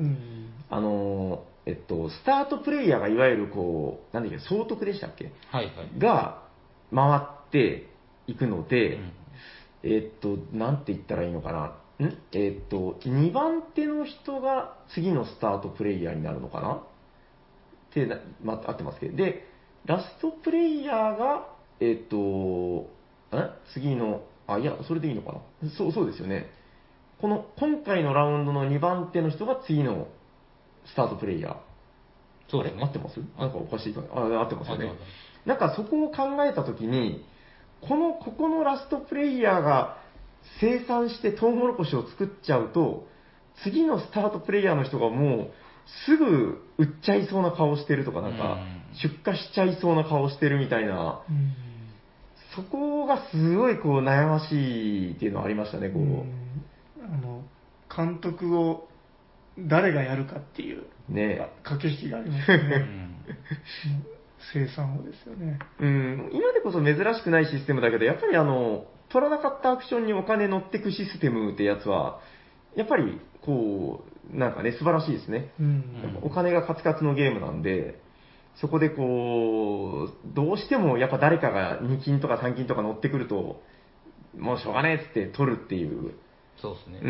あの、えっと、スタートプレイヤーがいわゆるこう、なんだっけ、総督でしたっけ、 はいはい、 が回っていくので、うん、えっと、なんて言ったらいいのかな。 んえー、っと、にばん手の人が次のスタートプレイヤーになるのかなってな、ま、合ってますけど。で、ラストプレイヤーが、えー、っと、ん次の、あ、いや、それでいいのかなそう、そうですよね。この、今回のラウンドのにばん手の人が次のスタートプレイヤー。 そうですね。 合ってますなんかおかしいかあ、合ってますよね。なんかそこを考えたときに、この、ここのラストプレイヤーが生産してトウモロコシを作っちゃうと、次のスタートプレイヤーの人がもう、すぐ売っちゃいそうな顔してるとか、なんか、出荷しちゃいそうな顔してるみたいな、そこがすごいこう悩ましいっていうのはありましたね、こう。うあの、監督を誰がやるかっていう、 ね、 駆け引きがありますよね。生産をですよね。 うん、今でこそ珍しくないシステムだけど、やっぱりあの、取らなかったアクションにお金乗ってくシステムってやつは、やっぱり、こう、なんかね、素晴らしいですね。うん、お金がカツカツのゲームなんで、そこでこう、どうしてもやっぱ誰かがに金とかさん金とか乗ってくると、もうしょうがねえっつって取るっていう。 そうですね。 うん、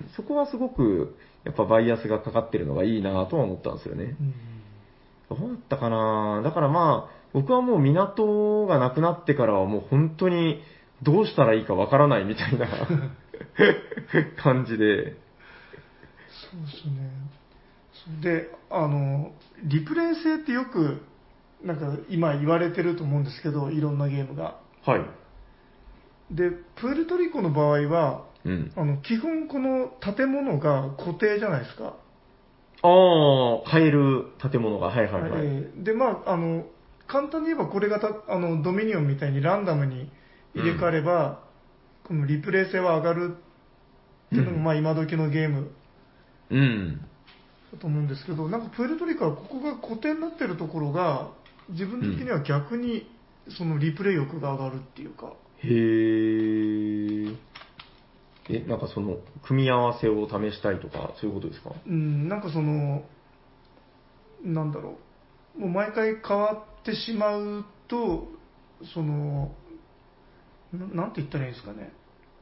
そこはすごく、やっぱバイアスがかかってるのがいいなとは思ったんですよね。うん、どうだったかなだからまあ、僕はもう港がなくなってからはもう本当にどうしたらいいかわからないみたいな感じで。そうですね。で、あの、リプレイ性ってよく、なんか今言われてると思うんですけど、いろんなゲームが。 はい。 で、プエルトリコの場合は、うん、あの基本この建物が固定じゃないですか。 ああ、変える建物が、はいはいはい。 えー、で、まあ、あの、簡単に言えばこれがたあのドミニオンみたいにランダムに入れ替われば、うん、このリプレイ性は上がるっていうのが、うん、まあ今時のゲームだと思うんですけど、なんかプエルトリコはここが固定になってるところが、自分的には逆にそのリプレイ欲が上がるっていうか。 へー。え、なんかその、組み合わせを試したいとか、そういうことですか？ うん、なんかその、なんだろう、もう毎回変わってしまうと、その、ななんて言ったらいいんですかね。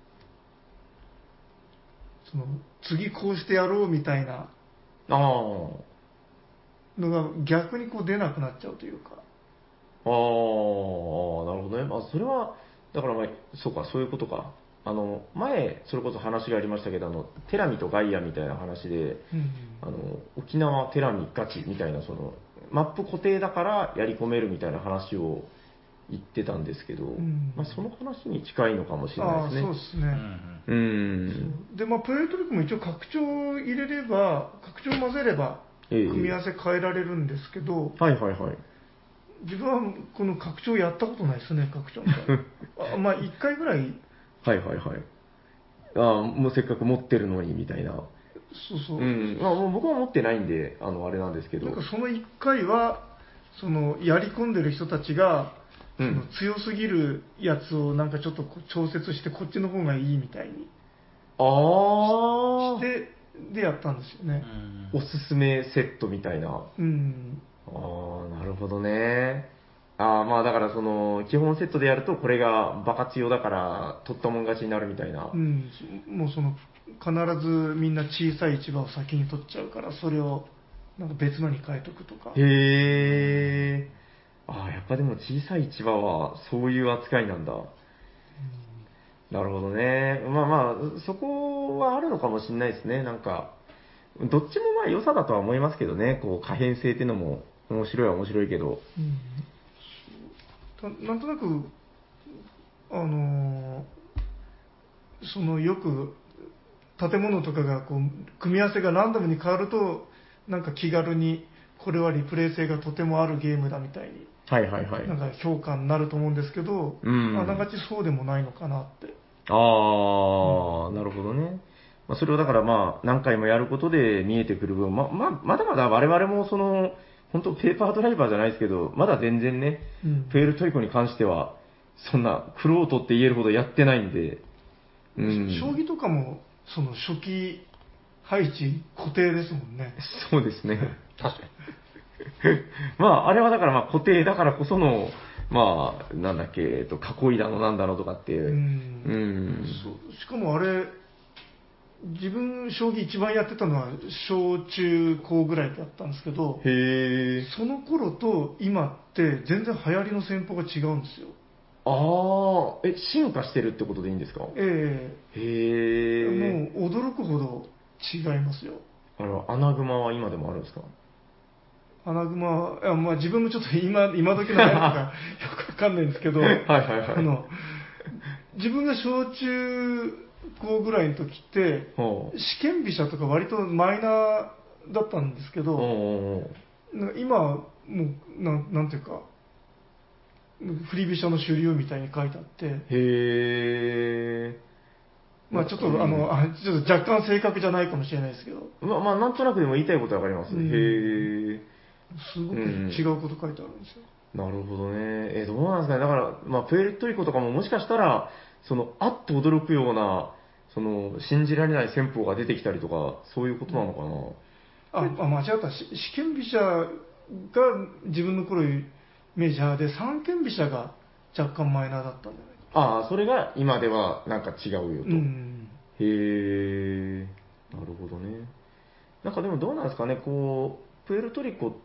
その、次こうしてやろうみたいなのが逆にこう出なくなっちゃうというか。 ああ、なるほどね。まあ、それは、だからまあ、そうか、そういうことか。あの、前、それこそ話がありましたけど、あの、テラミとガイアみたいな話で、うん、あの、沖縄テラミガチみたいな、その、マップ固定だからやり込めるみたいな話を言ってたんですけど、うん、まあ、その話に近いのかもしれないですね。 ああ、そうですね。 うん。 で、まあ、プエルトリコも一応拡張を入れれば、拡張を混ぜれば、組み合わせ変えられるんですけど、 えー、はいはいはい。 自分はこの拡張やったことないですね、拡張あまあ、いっかいぐらい。 はいはいはい。ああ、もうせっかく持ってるのに、みたいな。 そうそう。 うん。まあ、もう僕は持ってないんで、あの、あれなんですけど。 なんかそのいっかいは、その、やり込んでる人たちが、その強すぎるやつをなんかちょっとこう調節して、こっちの方がいいみたいに。 ああ。して、でやったんですよね。 おすすめセットみたいな。 うん。 ああ、なるほどね。ああ、まあだからその、基本セットでやるとこれがバカ強だから取ったもん勝ちになるみたいな。 うん。もうその、必ずみんな小さい市場を先に取っちゃうから、それをなんか別のに変えとくとか。 へえ。ああ、やっぱでも小さい市場はそういう扱いなんだ。うん、なるほどね。まあまあ、そこはあるのかもしれないですね。なんか、どっちもまあ良さだとは思いますけどね。こう、可変性っていうのも面白いは面白いけど。 うん、なんとなく、あのー、そのよく建物とかがこう組み合わせがランダムに変わると、なんか気軽にこれはリプレイ性がとてもあるゲームだみたいに、 はいはいはい、 なんか評価になると思うんですけど、うん、あながちそうでもないのかなって。 ああ、うん、なるほどね。まあ、それをだからまあ何回もやることで見えてくる分、ま、ままだまだ我々もその、本当ペーパードライバーじゃないですけど、まだ全然ね、うん、プエルトリコに関しては、そんな、クロートって言えるほどやってないんで、 うん、将棋とかも、その初期配置固定ですもんね。 そうですね。 確かに。 まあ、あれはだからまあ固定だからこその、まあ、なんだっけ、えっと、囲いだのなんだのとかっていう。うん。 うんそうしかもあれ、 自分、将棋一番やってたのは小中高ぐらいだったんですけど、 へその頃と今って全然流行りの戦法が違うんですよ。 ああ、え、進化してるってことでいいんですか？ ええへえ。もう驚くほど違いますよ。 あの、アナグマは今でもあるんですか？ アナグマ、いやまあ、自分もちょっと今、今時のやつがよくわかんないんですけど、はいはいはい。 あの、自分が小中高ぐらいの時って、試験飛車とか割とマイナーだったんですけど、今、もうな、なんていうか、振り飛車の主流みたいに書いてあって、 へー。 まあちょっと、あの、あちょっと若干正確じゃないかもしれないですけど。 まあまあ、なんとなくでも言いたいことはわかります。うん、へー。 すごく違うこと書いてあるんですよ。 なるほどね。え、どうなんですかね。だから、まあ、プエルトリコとかももしかしたら、その、あっと驚くような、その、信じられない戦法が出てきたりとか、そういうことなのかな。 あ、あ間違った。試験飛車が自分の頃メジャーで、三間飛車が若干マイナーだったんじゃないか。 ああ、それが今ではなんか違うよと。うん、へえ、なるほどね。なんかでもどうなんですかね、こう、プエルトリコって、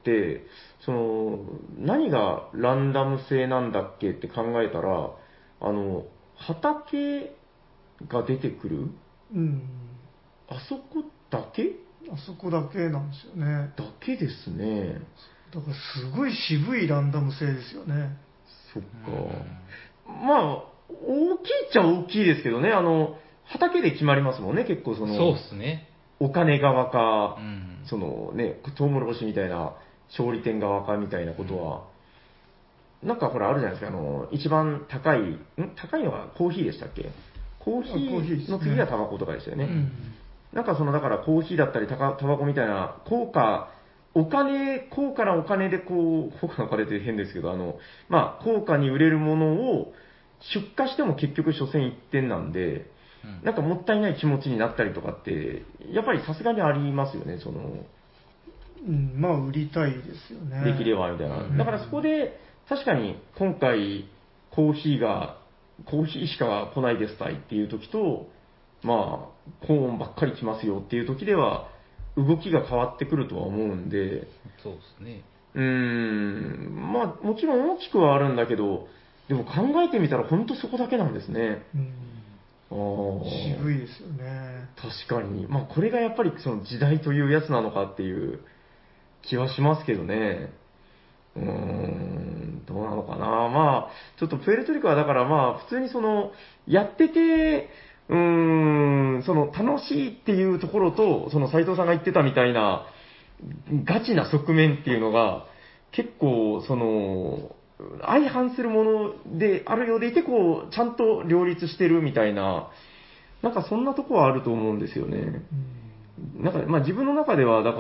その、何がランダム性なんだっけって考えたら、あの、畑が出てくる、 うん、 あそこだけあそこだけなんですよね。 だけですね。 だからすごい渋いランダム性ですよね。 そっか。まあ、大きいっちゃ大きいですけどね、あの、畑で決まりますもんね、結構その、 そうですね。 お金側か、 うん、 そのね、トウモロコシみたいな勝利点側かみたいなことは、うん、なんかほらあるじゃないですか、あの、一番高い、ん高いのがコーヒーでしたっけ？コーヒーの次はタバコとかでしたよね。うん、なんかその、だからコーヒーだったりタバコみたいな、効果、お金、高価なお金でこう、高価なお金って変ですけど、あの、まあ、高価に売れるものを出荷しても結局所詮一点なんで、なんかもったいない気持ちになったりとかって、やっぱりさすがにありますよね、その。 うん、まあ、売りたいですよね。 できれば、みたいな。だからそこで、確かに今回、コーヒーが、コーヒーしか来ないですたいっていう時と、まあ、コーンばっかり来ますよっていう時では、動きが変わってくるとは思うんで。 そうですね。 うーん、まあ、もちろん大きくはあるんだけど、でも考えてみたら本当そこだけなんですね。 うんあ渋いですよね。 確かに。まあ、これがやっぱりその時代というやつなのかっていう気はしますけどね。うーん、どうなのかな。まあ、ちょっとプエルトリコはだからまあ、普通にその、やってて、うーん、その楽しいっていうところと、その斉藤さんが言ってたみたいな、ガチな側面っていうのが、結構、その、相反するものであるようでいて、こう、ちゃんと両立してるみたいな、なんかそんなとこはあると思うんですよね。なんか、まあ自分の中では、だから、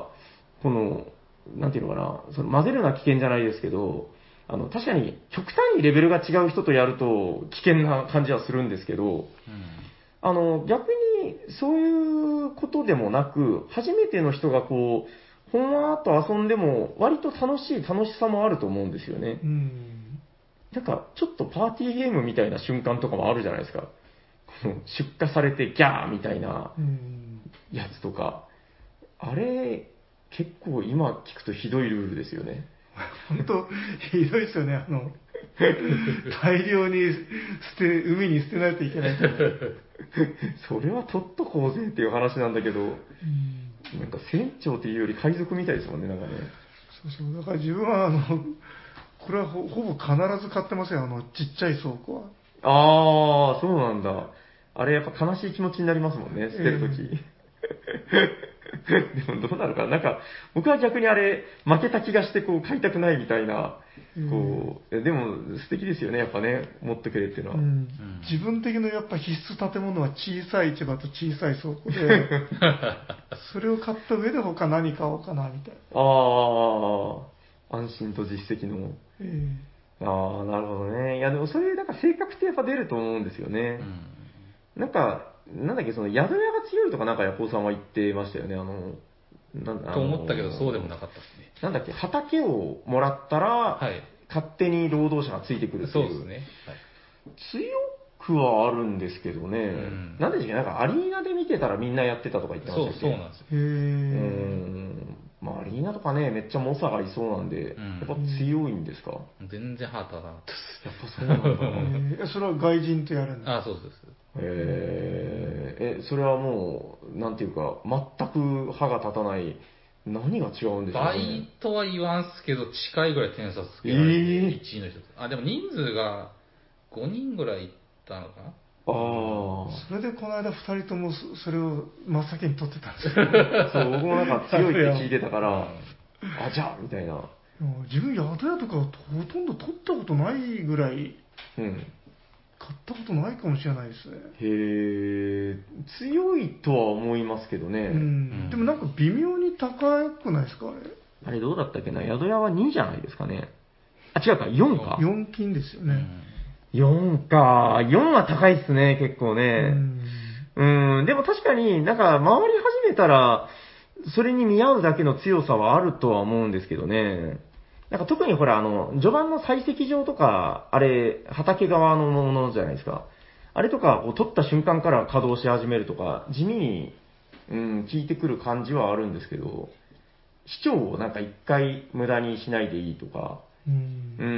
この、なんていうのかな、その混ぜるのは危険じゃないですけど、あの、確かに極端にレベルが違う人とやると危険な感じはするんですけど、うん、あの、逆にそういうことでもなく、初めての人がこう、ほんわーっと遊んでも、割と楽しい楽しさもあると思うんですよね。うん、なんか、ちょっとパーティーゲームみたいな瞬間とかもあるじゃないですか。出荷されてギャーみたいなやつとか、あれ、結構今聞くとひどいルールですよね。 本当、ひどいですよね。あの、大量に捨て、海に捨てないといけないそれは取っとこうぜっていう話なんだけど、なんか船長っていうより海賊みたいですもんね、なんかね。 そうそう、だから自分はあの、これは ほ, ほぼ必ず買ってますよ、あの、ちっちゃい倉庫は。 ああ、そうなんだ。あれやっぱ悲しい気持ちになりますもんね、捨てるとき。えーでもどうなるかな、なんか、僕は逆にあれ、負けた気がしてこう買いたくないみたいな、こう、でも素敵ですよね、やっぱね、持ってくれっていうのは。うん、 自分的なやっぱ必須建物は小さい市場と小さい倉庫で、それを買った上で他何買おうかな、みたいな。 ああ、安心と実績の。 えー、ああ、なるほどね。いや、でもそれ、なんか性格ってやっぱ出ると思うんですよね。うん、なんか、なんだっけ、その宿屋が強いとかなんかヤコウさんは言ってましたよね、あの、 なんだと思ったけど、そうでもなかったですね。 なんだっけ、畑をもらったら、はい、勝手に労働者がついてくるっていう。 そうですね。はい、 強くはあるんですけどね。うん、なんでしょう、なんかアリーナで見てたらみんなやってたとか言ってましたっけ。 そう、そうなんですよ。へー。うんまあ、アリーナとかね、めっちゃ猛者がいそうなんで、うん、やっぱ強いんですか？ 全然ハートはなかったです。やっぱそうなんだ。 それは外人とやるんだ。 あ、そうです。 えー、え、それはもう、なんていうか、全く歯が立たない、何が違うんでしょうね。 倍とは言わんすけど、近いぐらい点差つけられて、いちいの人、えー、あ、でも人数がごにんぐらいいったのかな。 ああ。 それでこの間ふたりともそれを真っ先に取ってたんですよ。 そう、僕もなんか強いって聞いてたから、あ、じゃあみたいな。 自分、宿屋とかほとんど取ったことないぐらい、うん、買ったことないかもしれないですね。 へえ、強いとは思いますけどね。うん、 でもなんか微妙に高くないですか、あれ。 あれどうだったっけな、宿屋はにじゃないですかね。あ、違うか、よんか。 よん金ですよね。 うん、よんか。よんは高いっすね、結構ね。うん、うん、でも確かになんか回り始めたら、それに見合うだけの強さはあるとは思うんですけどね。なんか特にほら、あの、序盤の採石場とか、あれ、畑側のものじゃないですか。あれとか、こう取った瞬間から稼働し始めるとか、地味に、うん、効いてくる感じはあるんですけど、市長をなんか一回無駄にしないでいいとか、うん、うん、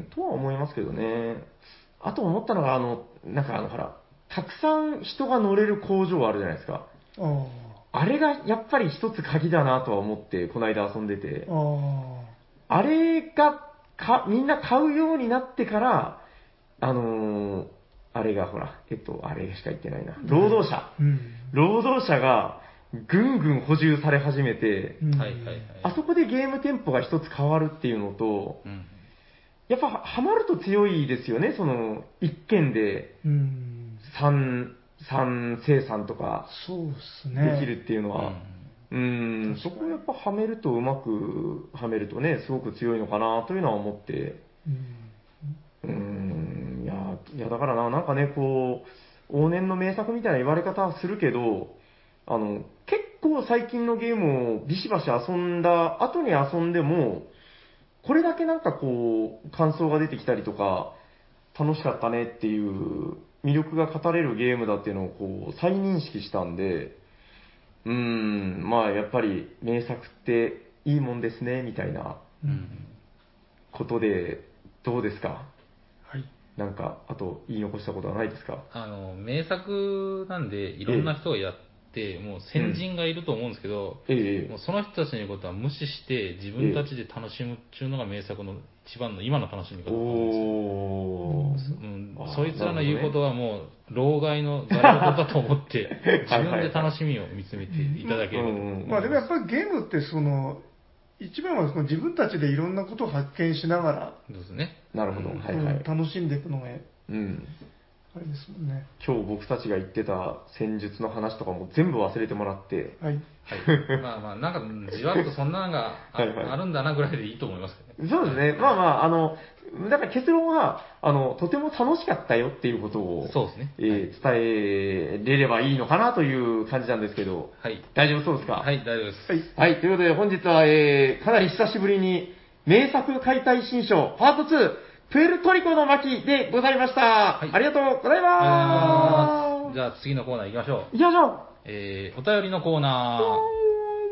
とは思いますけどね。あと思ったのが、あの、なんかあの、ほら、たくさん人が乗れる工場あるじゃないですか。ああれがやっぱり一つ鍵だなとは思って、この間遊んでて。ああれがか、みんな買うようになってから、あのー、あれがほら、えっと、あれしか言ってないな。労働者。うん、労働者がぐんぐん補充され始めて、うん、あそこでゲームテンポが一つ変わるっていうのと、うん、やっぱハマると強いですよね、その、一件で、三、三生産とか、できるっていうのは。うーん、そこをやっぱはめると、うまくはめるとね、すごく強いのかなというのは思って、うーん、いや、いやだからな、なんかね、こう、往年の名作みたいな言われ方はするけど、あの、結構最近のゲームをビシバシ遊んだ後に遊んでも、これだけなんかこう、感想が出てきたりとか、楽しかったねっていう魅力が語れるゲームだっていうのをこう、再認識したんで、うーん、まあやっぱり名作っていいもんですね、みたいなことで、どうですか？はい。なんか、あと言い残したことはないですか？ あの、名作なんで、いろんな人がやって、もう先人がいると思うんですけど、ええ、もうその人たちのことは無視して、自分たちで楽しむっていうのが名作の一番の今の楽しみ方なんですよ。うん、そいつらの言うことはもう、老害のざれ事だと思って、自分で楽しみを見つめていただければと思います。 まあでもやっぱりゲームってその、一番はその自分たちでいろんなことを発見しながら、 そうですね。 なるほど。はいはい。楽しんでいくのが、うん。あれですもんね。 今日僕たちが言ってた戦術の話とかも全部忘れてもらって。 はい。はい。まあまあ、なんか、じわっとそんなのがあ、はいはい、あるんだなぐらいでいいと思いますけどね。そうですね。まあまあ、あの、だから結論は、あの、とても楽しかったよっていうことを、 そうですね。 えー、伝えれればいいのかなという感じなんですけど、はい。大丈夫そうですか？ はい、大丈夫です。 はい。はい。ということで、本日は、えー、かなり久しぶりに、名作解体新書、パートツー、プエルトリコの巻でございました。はい、ありがとうございます。じゃあ次のコーナー行きましょう。 行きましょう。 えー、お便りのコーナー。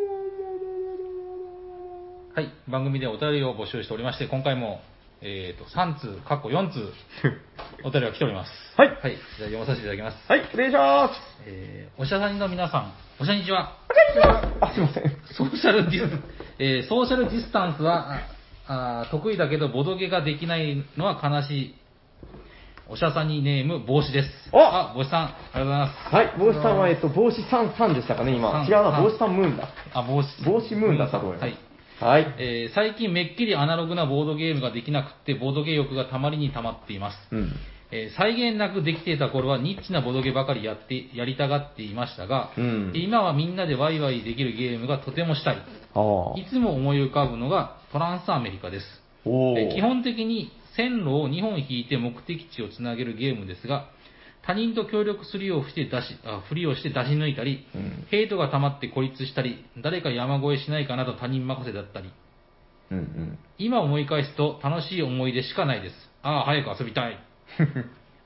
はい、番組でお便りを募集しておりまして、今回も、えーと、さん通、かっこよん通、お便りが来ております。 はい。 はい、じゃあ読まさせていただきます。 はい、お願いします。 えー、おしゃさんの皆さん、おしゃにちは。 おしゃにちは。あ、すいません。 ソーシャルディス、えー、ソーシャルディスタンスは、あ得意だけど、ボドゲができないのは悲しい。おしゃさにネーム、帽子です。あ、帽子さん、ありがとうございます。 はい、帽子さんは、えっと、帽子さんさんでしたかね、今。違うな、帽子さんムーンだ。 あ、帽子。 帽子ムーンだったと思います。はい。 はい。えー、最近めっきりアナログなボードゲームができなくて、ボードゲー欲がたまりにたまっています。うん。えー、際限なくできていた頃はニッチなボドゲばかりやって、やりたがっていましたが、うん、今はみんなでワイワイできるゲームがとてもしたい。いつも思い浮かぶのがトランスアメリカです。えー、基本的に線路をにほん引いて目的地をつなげるゲームですが、他人と協力するようして出し、あ、ふりをして出し抜いたり、うん、ヘイトが溜まって孤立したり、誰か山越えしないかなど他人任せだったり、うんうん、今思い返すと楽しい思い出しかないです。ああ、早く遊びたい。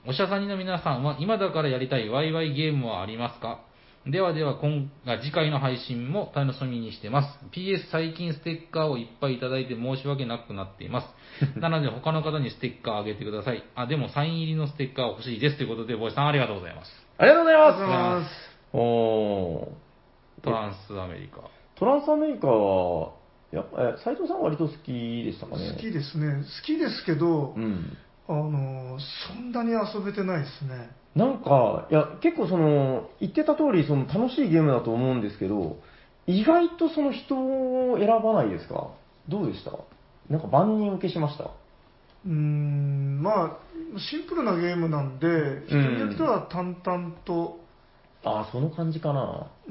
おしゃさんにの皆さんは今だからやりたいワイワイゲームはありますか？ではでは今が次回の配信も楽しみにしてます。ピーエス 最近ステッカーをいっぱいいただいて申し訳なくなっています。なので他の方にステッカーあげてください。あ、でもサイン入りのステッカー欲しいです。ということで、ボイさんありがとうございます。 ありがとうございます。 ありがとうございます。 おー。 トランスアメリカ。 トランスアメリカは、やっぱ、斉藤さんは割と好きでしたかね。 好きですね。好きですけど、 うん。 あの、そんなに遊べてないですね。 なんか、いや、結構その、言ってた通り、その楽しいゲームだと思うんですけど、意外とその人を選ばないですか？どうでした？なんか万人受けしました？ うーん、まあ、シンプルなゲームなんで、人によっては淡々と、 ああ、その感じかな。 うん、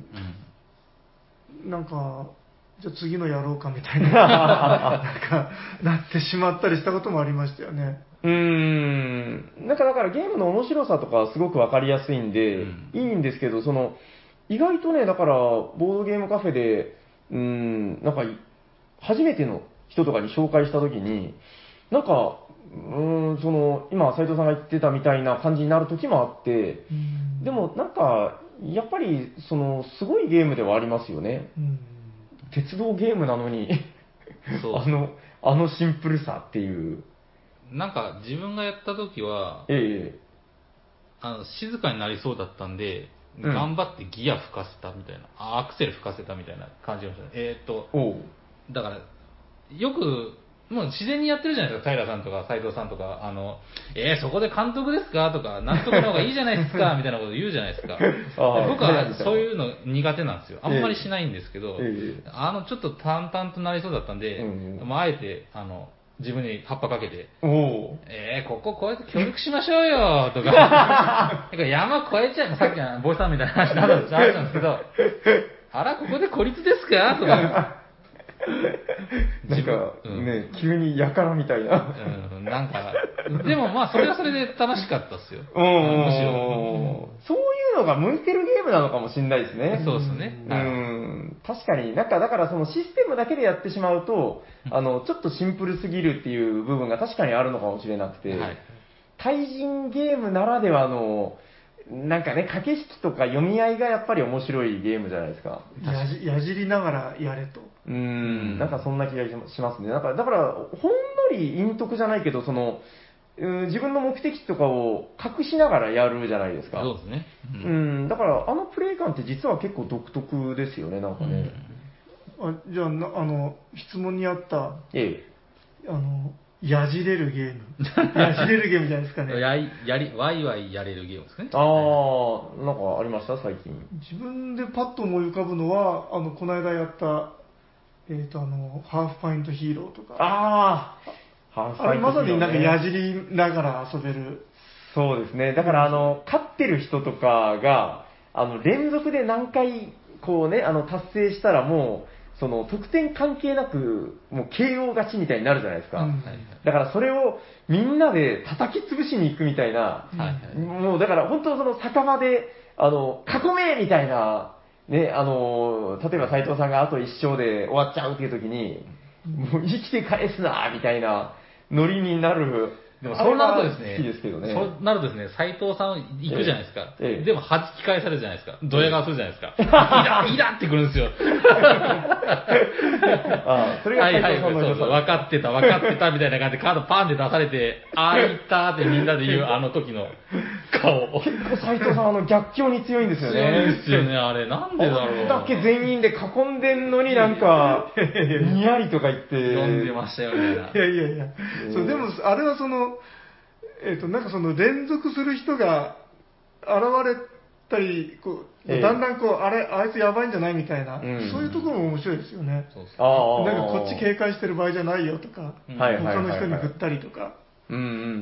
うん、 なんか、じゃあ次のやろうかみたいな、なんか、なってしまったりしたこともありましたよね。 うーん。なんかだからゲームの面白さとかすごくわかりやすいんで、うん、いいんですけど、その、意外とね、だから、ボードゲームカフェで、うーん、なんか、初めての人とかに紹介したときに、なんか、うーん、その、今、斉藤さんが言ってたみたいな感じになる時もあって、でもなんか、やっぱり、その、すごいゲームではありますよね。鉄道ゲームなのにあの、あのシンプルさっていう。 なんか、自分がやった時は、 ええ、 あの静かになりそうだったんで、うん、頑張ってギア吹かせたみたいな、アクセル吹かせたみたいな感じがしましたね。えー、っと、だから、よく、もう自然にやってるじゃないですか、平さんとか斉藤さんとか、あの、えー、そこで監督ですかとか、なんとかの方がいいじゃないですかみたいなこと言うじゃないですか。僕はそういうの苦手なんですよ。あんまりしないんですけど、えーえー、あの、ちょっと淡々となりそうだったんで、うんうん、まあ、あえて、あの、自分に葉っぱかけて、えー、こここうやって協力しましょうよとか、なんか山越えちゃう、さっきのボイさんみたいな話になるんですけど、あら、ここで孤立ですかとか、 なんか、ね、うん、急にやからみたいな。 うん、なんか、でもまあ、それはそれで楽しかったですよ。むしろ。 そういうのが向いてるゲームなのかもしれないですね。 そうですね。 うん。確かに、なんか、だからそのシステムだけでやってしまうと、あの、ちょっとシンプルすぎるっていう部分が確かにあるのかもしれなくて、はい、対人ゲームならではの、なんかね、駆け引きとか読み合いがやっぱり面白いゲームじゃないですか。 やじ、やじりながらやれと。 うーん、なんかそんな気がしますね。だから、だからほんのり陰徳じゃないけど、その、自分の目的とかを隠しながらやるじゃないですか。 そうですね。 うん、うんだからあのプレイ感って実は結構独特ですよね、なんかね。 うん、あじゃあな、あの、質問にあった、 ええ、あの、やじれるゲーム。やじれるゲームじゃないですかね。 ややり、ワイワイやれるゲームですね。 ああ、なんかありました最近。 自分でパッと思い浮かぶのは、あの、この間やった、えっ、ー、と、あの、ハーフパイントヒーローとか。 ああ、ハーフパイントヒーロー、ね。あれまさになんかやじりながら遊べる。 そうですね。だからあの、勝ってる人とかが、あの、連続で何回、こうね、あの、達成したらもう、その得点関係なく、もう ケーオー 勝ちみたいになるじゃないですか。うん、だからそれをみんなで叩き潰しに行くみたいな、うん、もうだから本当その酒場で、あの、囲めみたいな、ね、あの、例えば斉藤さんがあと一勝で終わっちゃうっていう時に、もう生きて返すなみたいなノリになる。 でもそうなるとですね、 好きですけどね。 そうなるとですね、斉藤さん行くじゃないですか。 ええ、 でも弾き返されるじゃないですか。ドヤ顔するじゃないですか。イライラってくるんですよ。 ああ、それが斉藤さんのそうそう、分かってた、分かってたみたいな感じでカードパンって出されて、ああ、いったーってみんなで言うあの時の顔。 結構斉藤さんあの逆境に強いんですよね。 強いですよね、あれ。なんでだろう。 だけ全員で囲んでんのになんか、にやりとか言って。 読んでましたよね。 いやいやいや。そうでも、あれはその、えっ、ー、と、なんかその連続する人が現れたり、こう、えー、だんだんこう、あれ、あいつやばいんじゃないみたいな、うん、そういうところも面白いですよね。そうそう。なんかこっち警戒してる場合じゃないよとか、うん、他の人に振ったりとか。 うんうんうんうん。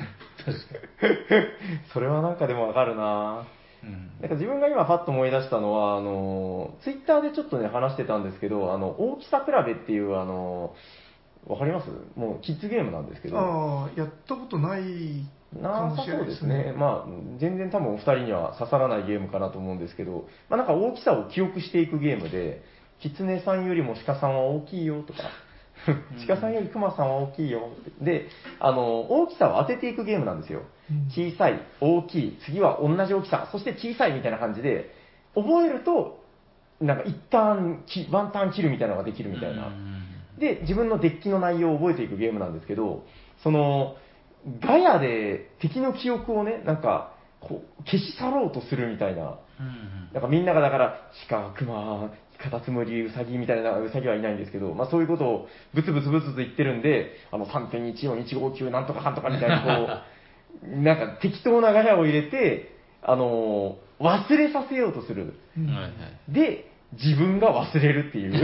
確かに。それはなんかでもわかるなうん、なんか自分が今パッと思い出したのは、あの、ツイッターでちょっとね、話してたんですけど、あの、大きさ比べっていう、あの、わかります？もうキッズゲームなんですけど。 ああ、やったことないかもしれないですね。 なさそうですね。まあ、全然多分お二人には刺さらないゲームかなと思うんですけど、まあなんか大きさを記憶していくゲームで、キツネさんよりも鹿さんは大きいよとか、 鹿さんより熊さんは大きいよ。で、あの、大きさを当てていくゲームなんですよ。小さい、大きい、次は同じ大きさ、そして小さいみたいな感じで、覚えると、なんか一旦、ワンターン切るみたいなのができるみたいな。で、自分のデッキの内容を覚えていくゲームなんですけど、その、ガヤで敵の記憶をね、なんか、こう、消し去ろうとするみたいな。なんかみんながだから、鹿、熊、カタツムリ、ウサギみたいな、ウサギはいないんですけど、まあそういうことをブツブツブツブツ言ってるんで、あの さんてんいちよんいちごきゅう なんとかかんとかみたいな、こう、なんか適当なガヤを入れて、あのー、忘れさせようとする。で、自分が忘れるっていう。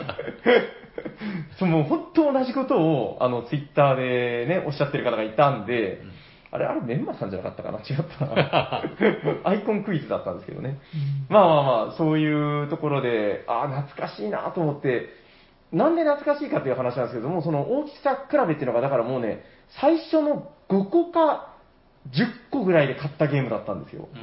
そう、もう本当同じことを、あの、ツイッターでね、おっしゃってる方がいたんで、うん、あれ、あれ、メンマさんじゃなかったかな違ったな。アイコンクイズだったんですけどね。うん、まあまあまあ、そういうところで、ああ、懐かしいなと思って、なんで懐かしいかっていう話なんですけども、その大きさ比べっていうのが、だからもうね、最初のごこかじゅっこぐらいで買ったゲームだったんですよ。うん、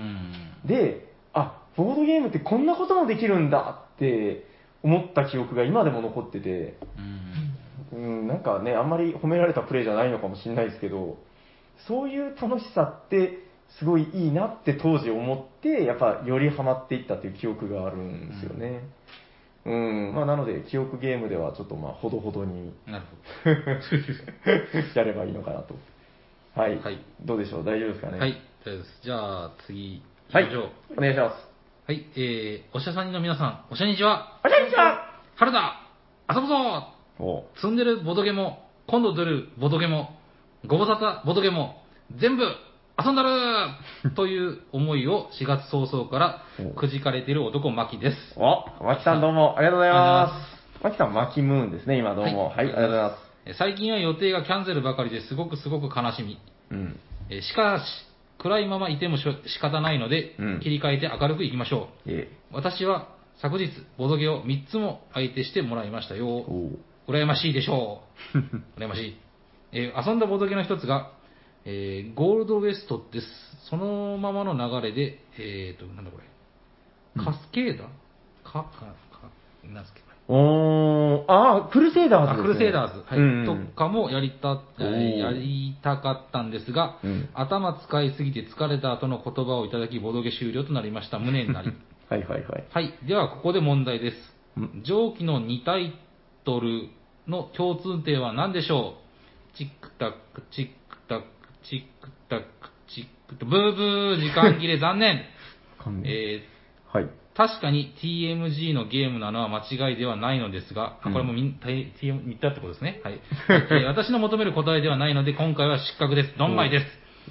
で、あ、ボードゲームってこんなこともできるんだって思った記憶が今でも残ってて、うん、うん、なんかね、あんまり褒められたプレイじゃないのかもしれないですけど、そういう楽しさってすごいいいなって当時思って、やっぱよりハマっていったという記憶があるんですよね。うん、うん、まあなので記憶ゲームではちょっとまあほどほどになるほどやればいいのかなと。はい。はい、どうでしょう、大丈夫ですかね。 はい、大丈夫です。じゃあ次行きましょう。 はい、お願いします。 はい、えー、おしゃさんにの皆さん、おしゃにちは。 おしゃにちは。 春だ、遊ぶぞ。お積んでるボドゲも、今度出るボドゲも、ご無沙汰ボドゲも、全部遊んだるという思いをしがつ早々からくじかれている男、マキです。 お、マキさんどうもありがとうございます。マキさん、マキムーンですね、今どうも。はい、はい、ありがとうございます。 最近は予定がキャンセルばかりですごくすごく悲しみ。うん、えしかし、暗いままいてもし仕方ないので、うん、切り替えて明るくいきましょう。ええ、私は昨日、ボドゲをみっつも相手してもらいましたよ。羨ましいでしょう。羨ましい。えー、遊んだボドゲの一つが、えー、ゴールドウエストです。そのままの流れで、えーと、なんだこれ。カスケーダー、うん、か、か、か、なんすっけおー、あー、クルセイダーズですね。 あ、クルセイダーズ。はい。うんうん、とかもやりた、やりたかったんですが、うん、頭使いすぎて疲れた後の言葉をいただき、ボドゲ終了となりました。無念なり。 はいはいはい。 はい。では、ここで問題です。上記のにタイトルの共通点は何でしょう？チックタック、チックタック、チックタック、チックタック、ブーブー、時間切れ残念。えー、はい。確かに ティーエムジー のゲームなのは間違いではないのですが、うん、これもみんな ティーエム 言ったってことですね。はい。えー、私の求める答えではないので、今回は失格です。ドンマイです。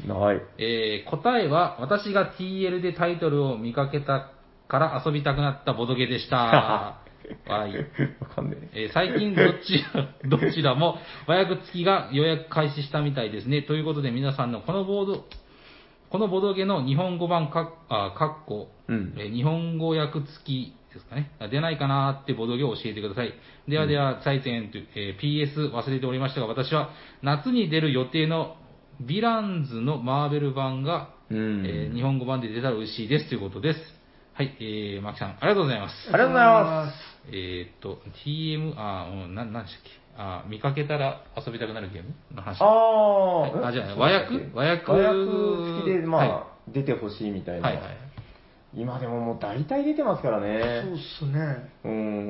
はい。えー、答えは、私が ティーエル でタイトルを見かけたから遊びたくなったボドゲでした。はい。わかんねえ。えー、最近どっち、どちらも和訳付きが予約開始したみたいですね。ということで皆さんのこのボード、このボドゲの日本語版か、あ、かっこ、うん、えー、日本語訳付きですかね。出ないかなーってボドゲを教えてください。ではでは、再戦、えー、ピーエス 忘れておりましたが、私は夏に出る予定のヴィランズのマーベル版が、うん、えー、日本語版で出たら嬉しいですということです。はい、えー、マキさん、ありがとうございます。 ありがとうございます。 えーっと、ティーエム、あ、うん、な、なんでしたっけ。あ、見かけたら遊びたくなるゲームの話。あ、はい、あ、じゃあ、和訳和訳和訳付きで、まあ、はい、出てほしいみたいな。はいはい。今でももう大体出てますからね。 そうっすね。 うん、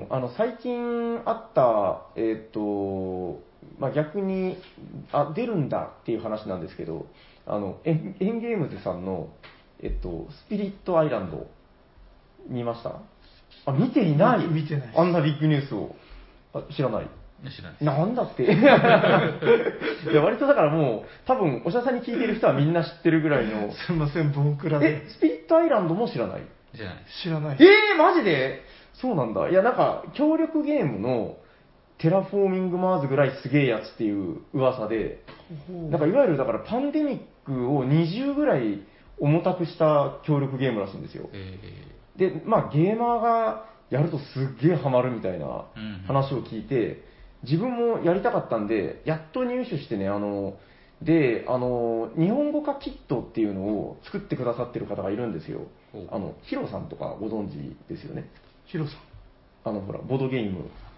あの、最近あった、えーっと、まあ、逆に、あ、出るんだっていう話なんですけど、あの、エン、エンゲームズさんの、えっと、スピリットアイランド、見ました？あ、見ていない。 見てない。 あんなビッグニュースを。あ、知らない。 知らない。 なんだって。いや、割とだからもう、多分、おしゃさんに聞いている人はみんな知ってるぐらいの。 すいません、ボンクラで。 え、スピリットアイランドも知らない？ 知らない。 知らない。 えー、マジで？そうなんだ。いや、なんか、協力ゲームの、テラフォーミングマーズぐらいすげえやつっていう噂で、なんかいわゆるだからパンデミックをにじゅうぐらい重たくした協力ゲームらしいんですよ。えー、で、まあゲーマーがやるとすっげえハマるみたいな話を聞いて、自分もやりたかったんで、やっと入手してね、あの、で、あの、日本語化キットっていうのを作ってくださってる方がいるんですよ。あの、ヒロさんとかご存知ですよね。 ヒロさん。 あの、ほら、ボードゲーム。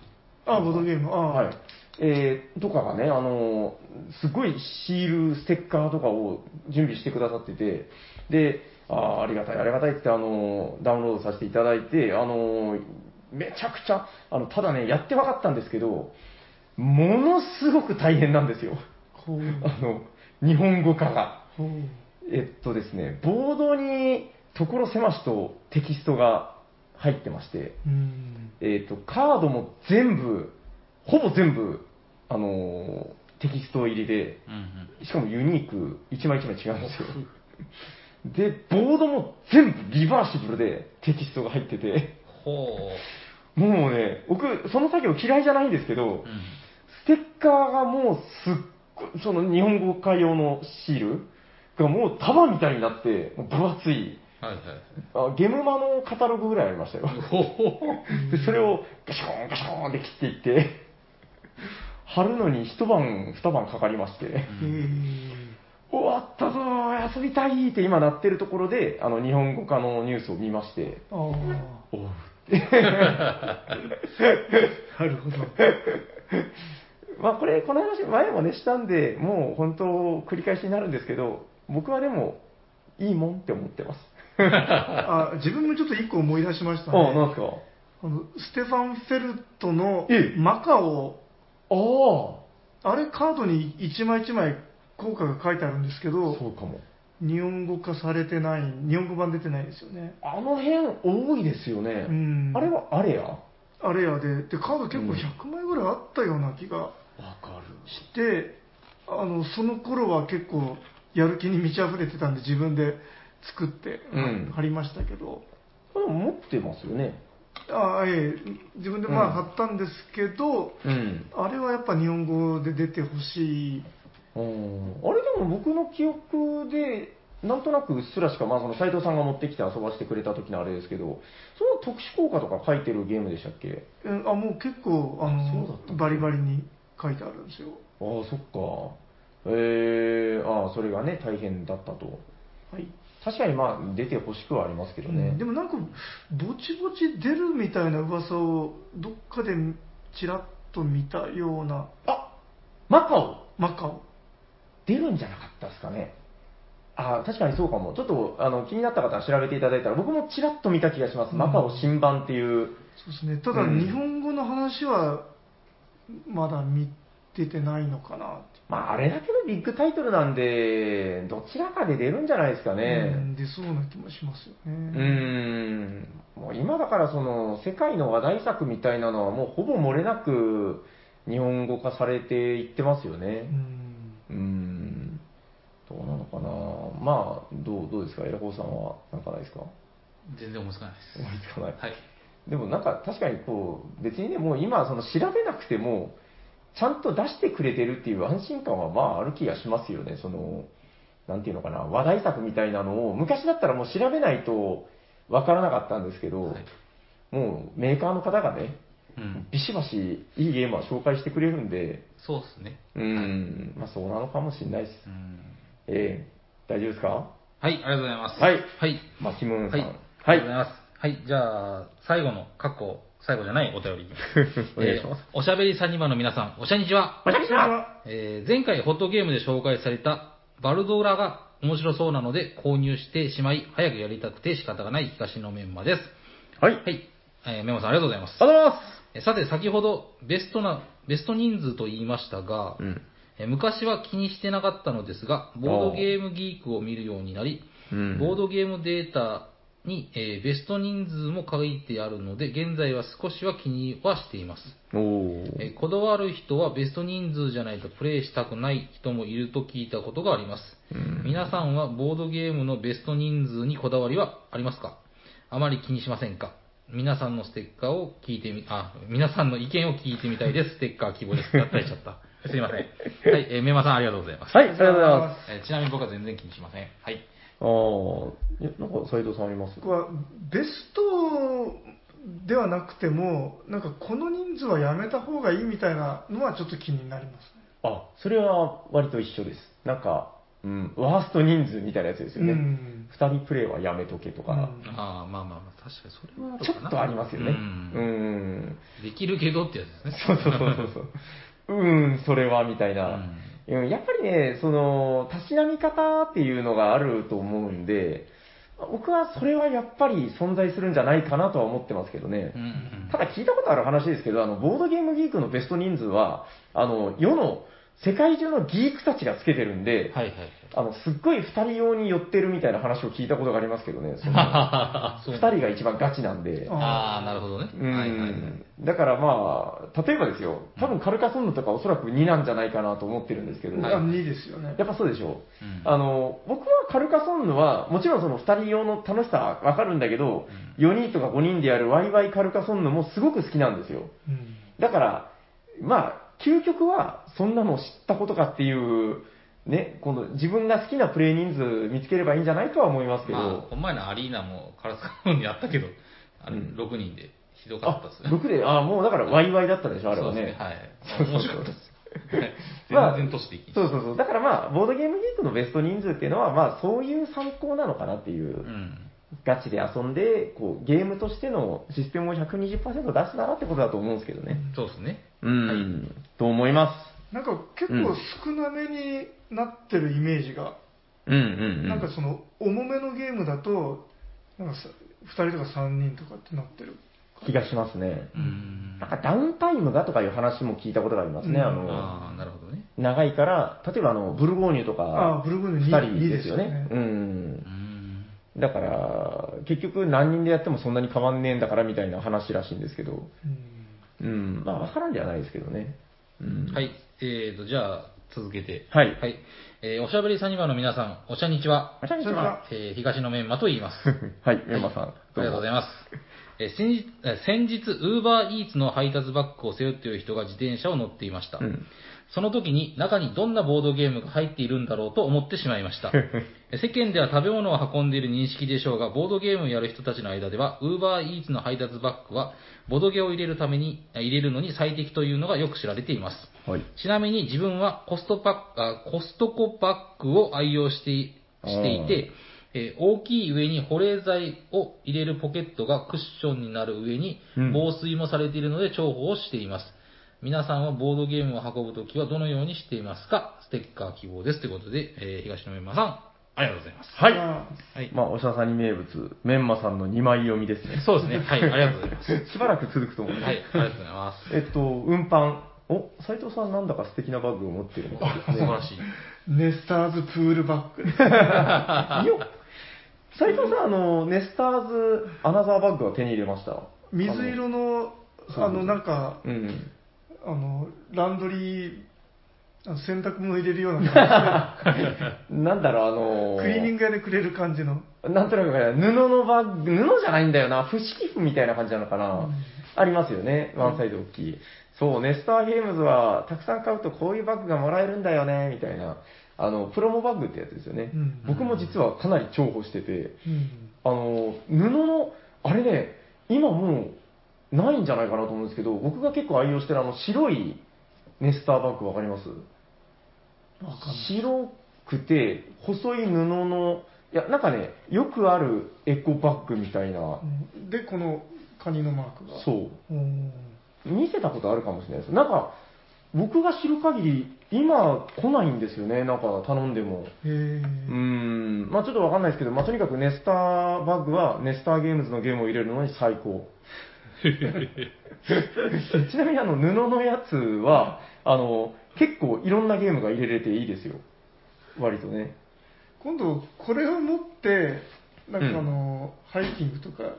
あ、ボードゲーム、あはい。えー、とかがね、あの、すごいシール、ステッカーとかを準備してくださってて、で、ああ、ありがたい、ありがたいって、あの、ダウンロードさせていただいて、あの、めちゃくちゃ、あの、ただね、やって分かったんですけど、ものすごく大変なんですよ。 ほうあの、日本語化が。 ほうえっとですね、ボードに所狭しとテキストが入ってまして、 うんえっと、カードも全部、ほぼ全部、あのーテキスト入りで、しかもユニーク、一枚一枚違うんですよ。で、ボードも全部リバーシブルでテキストが入ってて、 ほもうね、僕、その作業嫌いじゃないんですけど、 う。うん。 ステッカーがもうすっごい、その日本語化用のシールがもう束みたいになって、もう分厚い。 はいはい。 あゲムマのカタログぐらいありましたよ。 ほほほ。 で、それをガショーンガショーンって切っていって、貼るのに一晩、二晩かかりまして、 うんへ終わったぞー、遊びたいって今なってるところで、あの、日本語化のニュースを見まして、 ーあおうあ、なるほど。 まあこれ、この話前もねしたんで、もう本当繰り返しになるんですけど、僕はでも、いいもんって思ってます。 あ、自分もちょっと一個思い出しましたね。 あ、なんですかあのステファン・フェルトのええマカオ、 ああれカードに一枚一枚効果が書いてあるんですけあ、 ど、 そうかも。 日本語化されてない、日本語版出てないんですよね。 あの辺多いですよね。 うんあれはあれやわあれやで、で、カード結構ひゃくまいぐらいあったような気がかる。 して、あの、その頃は結構やる気に満ち溢れてたんで自分で作ってうん貼りましたけど、 これ持ってますよね。 あええ、自分でまあ貼ったんですけど、 うん。 あれはやっぱ日本語で出てほしい。 うんあれでも僕の記憶で、なんとなくうっすらしか、まあその斉藤さんが持ってきて遊ばせてくれた時のあれですけど、その特殊効果とか書いてるゲームでしたっけえあもう結構あそうだったのバリバリに書いてあるんですよ。 ああ、そっか。えー、ああ、それがね、大変だったと。 はい。 確かにまあ、出てほしくはありますけどね。 うん、でもなんかぼちぼち出るみたいな噂をどっかでちらっと見たような。 あマカオマカオ。 出るんじゃなかったですかね。ああ、確かにそうかも。ちょっとあの気になった方は調べていただいたら、僕もちらっと見た気がします。 うんマカオ新版っていう。 そうですね。ただうん日本語の話はまだ見ててないのかなって。 まあ、あれだけのビッグタイトルなんで、どちらかで出るんじゃないですかうね。 ん、出そうな気もしますようーね。 ん。もう今だからその、世界の話題作みたいなのはもうほぼ漏れなく日本語化されていってますよね。 うん。 うーん。どうなのかな。まあ、どう、どうですか、エラコーさんは、なんかないですか全然思いつかないです。 思いつかない。 はい。 でもなんか確かにこう、別にね、もう今その調べなくても、ちゃんと出してくれてるっていう安心感はまあある気がしますよね。その、なんていうのかな、話題作みたいなのを、昔だったらもう調べないとわからなかったんですけど、 はいもうメーカーの方がね、 うん。 ビシバシいいゲームは紹介してくれるんで、 そうですね。 うーん、まあそうなのかもしれないです。 うん。 えー、大丈夫ですかはい、ありがとうございます。 はいはい。 マキムーンさん。 はい。ありがとうございます。はい。じゃあ、最後の、過去、最後じゃないお便り。 お願いします。 えーおしゃべりサニバの皆さん、おしゃにちは。 おしゃにちは。 えー前回ホットゲームで紹介されたバルドーラが面白そうなので購入してしまい、早くやりたくて仕方がない東のメンマです。 はい。 はい。えーメモさんありがとうございます。 ありがとうございます。 えーさて、先ほどベストな、ベスト人数と言いましたが、 うん。 えー昔は気にしてなかったのですが、ボードゲームギークを見るようになり、 うんボードゲームデータに、えーベスト人数も書いてあるので、現在は少しは気にはしています。 おー。 えーこだわる人はベスト人数じゃないとプレイしたくない人もいると聞いたことがあります。 うん皆さんはボードゲームのベスト人数にこだわりはありますか？あまり気にしませんか？皆さんのステッカーを聞いてみ、あ、皆さんの意見を聞いてみたいです。ステッカー希望です。だったりしちゃった。すいません。はい、えー、メンマさんありがとうございます。 はい、ありがとうございます。 えーちなみに僕は全然気にしません。はい。 ああ、えなんか斉藤さんあります僕はベストではなくても、なんかこの人数はやめた方がいいみたいなのはちょっと気になりますね。 あ、それは割と一緒です。なんか、 うん、ワースト人数みたいなやつですよね。ふたりプレイはやめとけとか。うん、 ああ、まあまあまあ、確かにそれはちょっとありますよね。うん。うん、 できるけどってやつですね。 そうそうそうそう。うん、それはみたいな。うん、やっぱりね、その、たしなみ方っていうのがあると思うんで、僕はそれはやっぱり存在するんじゃないかなとは思ってますけどね。うんうん、ただ聞いたことある話ですけど、あの、ボードゲームギークのベスト人数は、あの、世の世界中のギークたちがつけてるんで、はいはいはい、あの、すっごい二人用に寄ってるみたいな話を聞いたことがありますけどね、その二人が一番ガチなんで。 ああ、なるほどね。 うん、はいはいはい。だからまあ、例えばですよ、多分カルカソンヌとかおそらくになんじゃないかなと思ってるんですけど。 はい、にですよね。 やっぱそうでしょう。うん、あの、僕はカルカソンヌは、もちろんその二人用の楽しさはわかるんだけど、うん、よにんとかごにんでやるワイワイカルカソンヌもすごく好きなんですよ。うん、だから、まあ、究極は、そんなの知ったことかっていう、ね、この自分が好きなプレイ人数見つければいいんじゃないとは思いますけど。まあ、 この前のアリーナもカラスカロンにやったけど、あれ、ろくにんでひどかったですね。 ろくで、あ、もうだからワイワイだったでしょ、あれはね。そうですね、はい。 そうそうそう面白かったです。全然都市的、 まあ、そうそうそう。だからまあ、ボードゲームギークのベスト人数っていうのは、まあ、そういう参考なのかなっていう。うんガチで遊んで、こう、ゲームとしてのシステムを ひゃくにじゅっパーセント 出したなってことだと思うんですけどね。 そうですね。 うん。はい、と思います。 なんか結構少なめになってるイメージが。 うんうんうん。 なんかその、重めのゲームだと、なんかふたりとかさんにんとかってなってる気がしますね。うん。なんかダウンタイムがとかいう話も聞いたことがありますね。うん、あの、 あなるほどね。 長いから、例えばあの、ブルゴーニュとか、 あブルゴーニュふたりですよね。うん。だから、結局何人でやってもそんなに変わんねえんだからみたいな話らしいんですけど、うん、うん、まあわからんではないですけどね。 うん、はい、えーと、じゃあ続けて。 はい。 はい。えー、おしゃべりサニバの皆さん、おしゃにちは。 おしゃにちは。 えー、東のメンマと言います。 はい、メンマさん、はい。ありがとうございます。えー、先日、先日、ウーバーイーツの配達バッグを背負っている人が自転車を乗っていました。うんその時に中にどんなボードゲームが入っているんだろうと思ってしまいました。世間では食べ物を運んでいる認識でしょうが、ボードゲームをやる人たちの間では、Uber Eats の配達バッグは、ボドゲを入れるために、入れるのに最適というのがよく知られています。はい、ちなみに自分はコストパック、コストコバッグを愛用してしていて、えー、大きい上に保冷剤を入れるポケットがクッションになる上に防水もされているので重宝をしています。皆さんはボードゲームを運ぶときはどのようにしていますか？ステッカー希望です。ということで、えー、東野メンマさん、ありがとうございます。 はい。はい、まあ、おしゃさに名物、メンマさんのにまい読みですね。 そうですね。はい、ありがとうございます。 しばらく続くと思います。 はい、ありがとうございます。 えっと、運搬。お、斉藤さんなんだか素敵なバッグを持ってるみたいですね。 素晴らしい。 ネスターズプールバッグです。 よっ。斉藤さん、あの、ネスターズアナザーバッグは手に入れました？ 水色の、あの、なんか、うん、あの、ランドリー、洗濯物入れるような感じなんだろう、あのー、クリーニング屋でくれる感じの。 なんとなく、布のバッグ、布じゃないんだよな、不織布みたいな感じなのかな。うん、ありますよね、ワンサイド大きい。うん、そう、ネスターゲームズは、たくさん買うとこういうバッグがもらえるんだよね、みたいな。あの、プロモバッグってやつですよね。うん、僕も実はかなり重宝してて、うん、あの、布の、あれね、今もうないんじゃないかなと思うんですけど、僕が結構愛用してるあの白いネスターバッグわかります？白くて、細い布の、いや、なんかね、よくあるエコバッグみたいな。 で、このカニのマークが。 そう。見せたことあるかもしれないです。なんか、僕が知る限り、今来ないんですよね、なんか頼んでも。へー。うーん、まあちょっとわかんないですけど、まあとにかくネスターバッグはネスターゲームズのゲームを入れるのに最高。ちなみにあの布のやつは、あの、結構いろんなゲームが入れれていいですよ。割とね。 今度、これを持って、なんかあの、うん、ハイキングとか、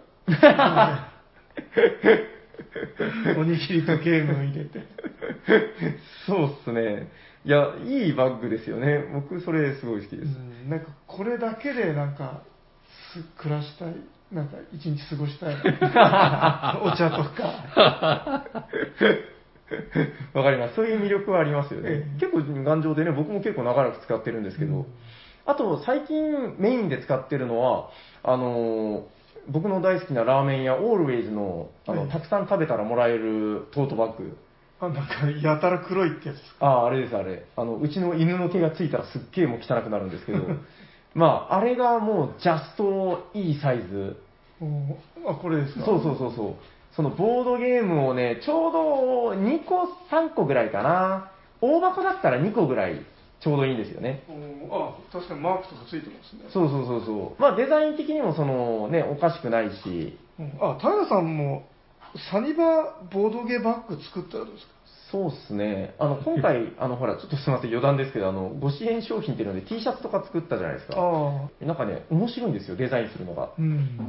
おにぎりとゲームを入れて。 そうっすね。いや、いいバッグですよね。僕、それすごい好きです。うん、なんか、これだけで、なんか、暮らしたい。なんか、一日過ごしたい。お茶とか。 わかります。そういう魅力はありますよね。ええ、結構頑丈でね、僕も結構長らく使ってるんですけど、うん、あと、最近メインで使ってるのは、あのー、僕の大好きなラーメン屋、オールウェイズの、あの、はい、たくさん食べたらもらえるトートバッグ。 あ、なんか、やたら黒いってやつですか？ ああ、あれです、あれ。あの、うちの犬の毛がついたらすっげえもう汚くなるんですけど、まあ、あれがもうジャストいいサイズ。 あ、これですか？ そうそうそうそう。そのボードゲームをね、ちょうどにこ、さんこぐらいかな。大箱だったらにこぐらいちょうどいいんですよね。 あ、確かにマークとかついてますね。 そうそうそうそう。まあデザイン的にもそのね、おかしくないし。 うん、あ、平さんもサニバボードゲーバッグ作ったらどうですか？ そうっすね。あの、今回、あの、ほら、ちょっとすみません、余談ですけど、あの、ご支援商品っていうので T シャツとか作ったじゃないですか。 あなんかね、面白いんですよ、デザインするのが。 うん。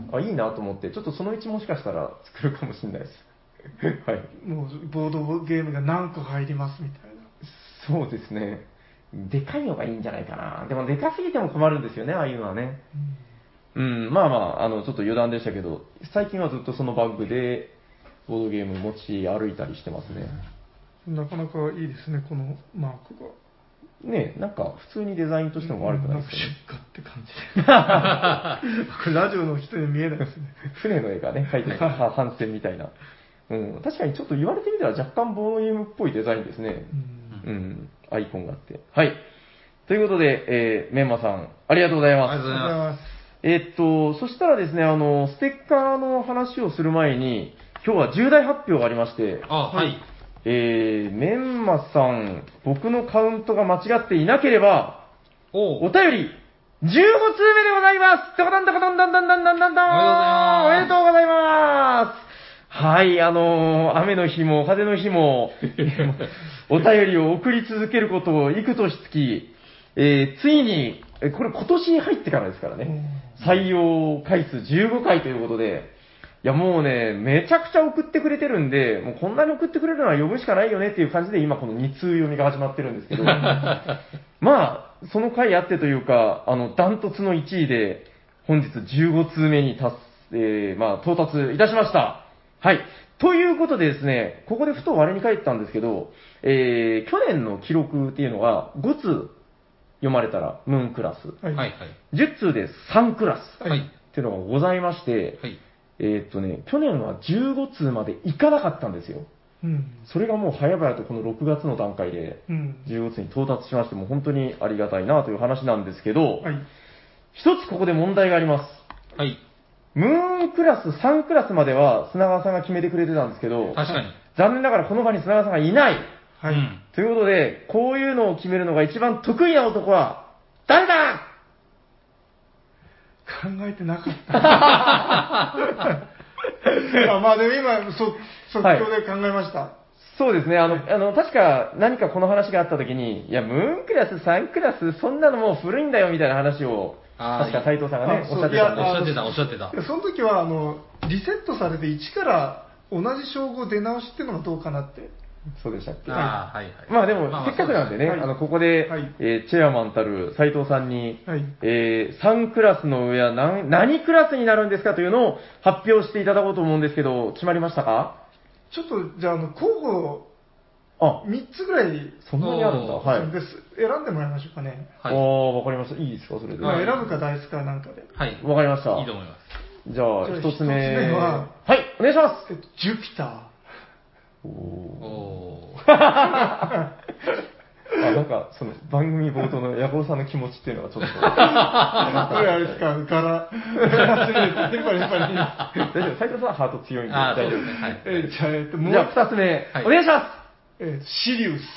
あ、いいなと思って、ちょっとそのうちもしかしたら作るかもしれないです。はい。 もう、ボードゲームが何個入りますみたいな。 そうですね。でかいのがいいんじゃないかな。でも、でかすぎても困るんですよね、ああいうのはね。うん、うん、まあまあ、あの、ちょっと余談でしたけど、最近はずっとそのバッグで、ボードゲーム持ち歩いたりしてますね。 なかなかいいですね、このマークが。 ねえ、なんか普通にデザインとしても悪くないですよね。 なんか出荷って感じで。これラジオの人に見えないですね。 船の絵がね、描いてる帆船みたいな。うん、確かにちょっと言われてみたら若干ボードゲームっぽいデザインですね。うん、うん、アイコンがあって。はい。ということで、えー、メンマさん、ありがとうございます。 ありがとうございます。 えー、っと、そしたらですね、あの、ステッカーの話をする前に、今日は重大発表がありまして、 あ、はい。 えー、メンマさん、僕のカウントが間違っていなければ、お、お便り、じゅうごつうめでございますどこだんどこだんだんだんだんだんだんだんおめでとうございますはい、あのー、雨の日も風の日も、お便りを送り続けることを幾年月、えー、ついに、これ今年に入ってからですからね、採用回数じゅうごかいということで、いやもうね、めちゃくちゃ送ってくれてるんで、もうこんなに送ってくれるのは読むしかないよねっていう感じで今このに通読みが始まってるんですけど、まあ、その回あってというか、あの、ダントツのいちいで、本日じゅうごつうめに達、えー、まあ、到達いたしました。はい。ということでですね、ここでふと我に返ったんですけど、えー、去年の記録っていうのがごつう読まれたらムーンクラス。 はいはい。 じゅっつうでさんクラス。 はい。 っていうのがございまして、 はい。 えーっとね、去年はじゅうごつうまでいかなかったんですよ。うん、それがもう早々とこのろくがつの段階でじゅうごつに到達しまして、もう本当にありがたいなという話なんですけど、はい、一つここで問題があります。 はい。 ムーンクラスさんクラスまでは砂川さんが決めてくれてたんですけど、 確かに。 残念ながらこの場に砂川さんがいない。 はい。 ということで、こういうのを決めるのが一番得意な男は誰だ？ 考えてなかった。あまあでも今、そ即興で考えました。はい、 そうですね。あの、あの、確か何かこの話があった時に、いや、ムーンクラス、さんクラス、そんなのもう古いんだよみたいな話を、確か斉藤さんがね、おっしゃってたんで。 おっしゃってた、おっしゃってた。 その時は、あの、リセットされていちから同じ称号出直しっていうのがどうかなって。 そうでしたっけ？ ああ、はいはい。 まあでも、せっかくなんでね、あの、ここで、えー、チェアマンたる斉藤さんに、はい、えー、さんクラスの上は何、何クラスになるんですかというのを発表していただこうと思うんですけど、決まりましたか？ ちょっと、じゃあ、あの、候補、あ、みっつぐらい、 そんなにあるんだ。はい。 です。選んでもらいましょうかね。 はい。ああ、わかりました。いいですか、それで。 まあ、選ぶかダイスかなんかで。 はい。 わかりました。 いいと思います。 じゃあ、一つ目は、 はい、お願いします。 えっと、ジュピター。 おお。あ、なんか、その、番組冒頭のヤコウさんの気持ちっていうのはちょっと。これあれですか、から、からすぎる、やっぱり、やっぱり。 大丈夫、斉藤さんはハート強いんで、大丈夫です。はい。 えじゃあ、えっと、もう。 じゃあ、二つ目、お願いします。 えシリウス。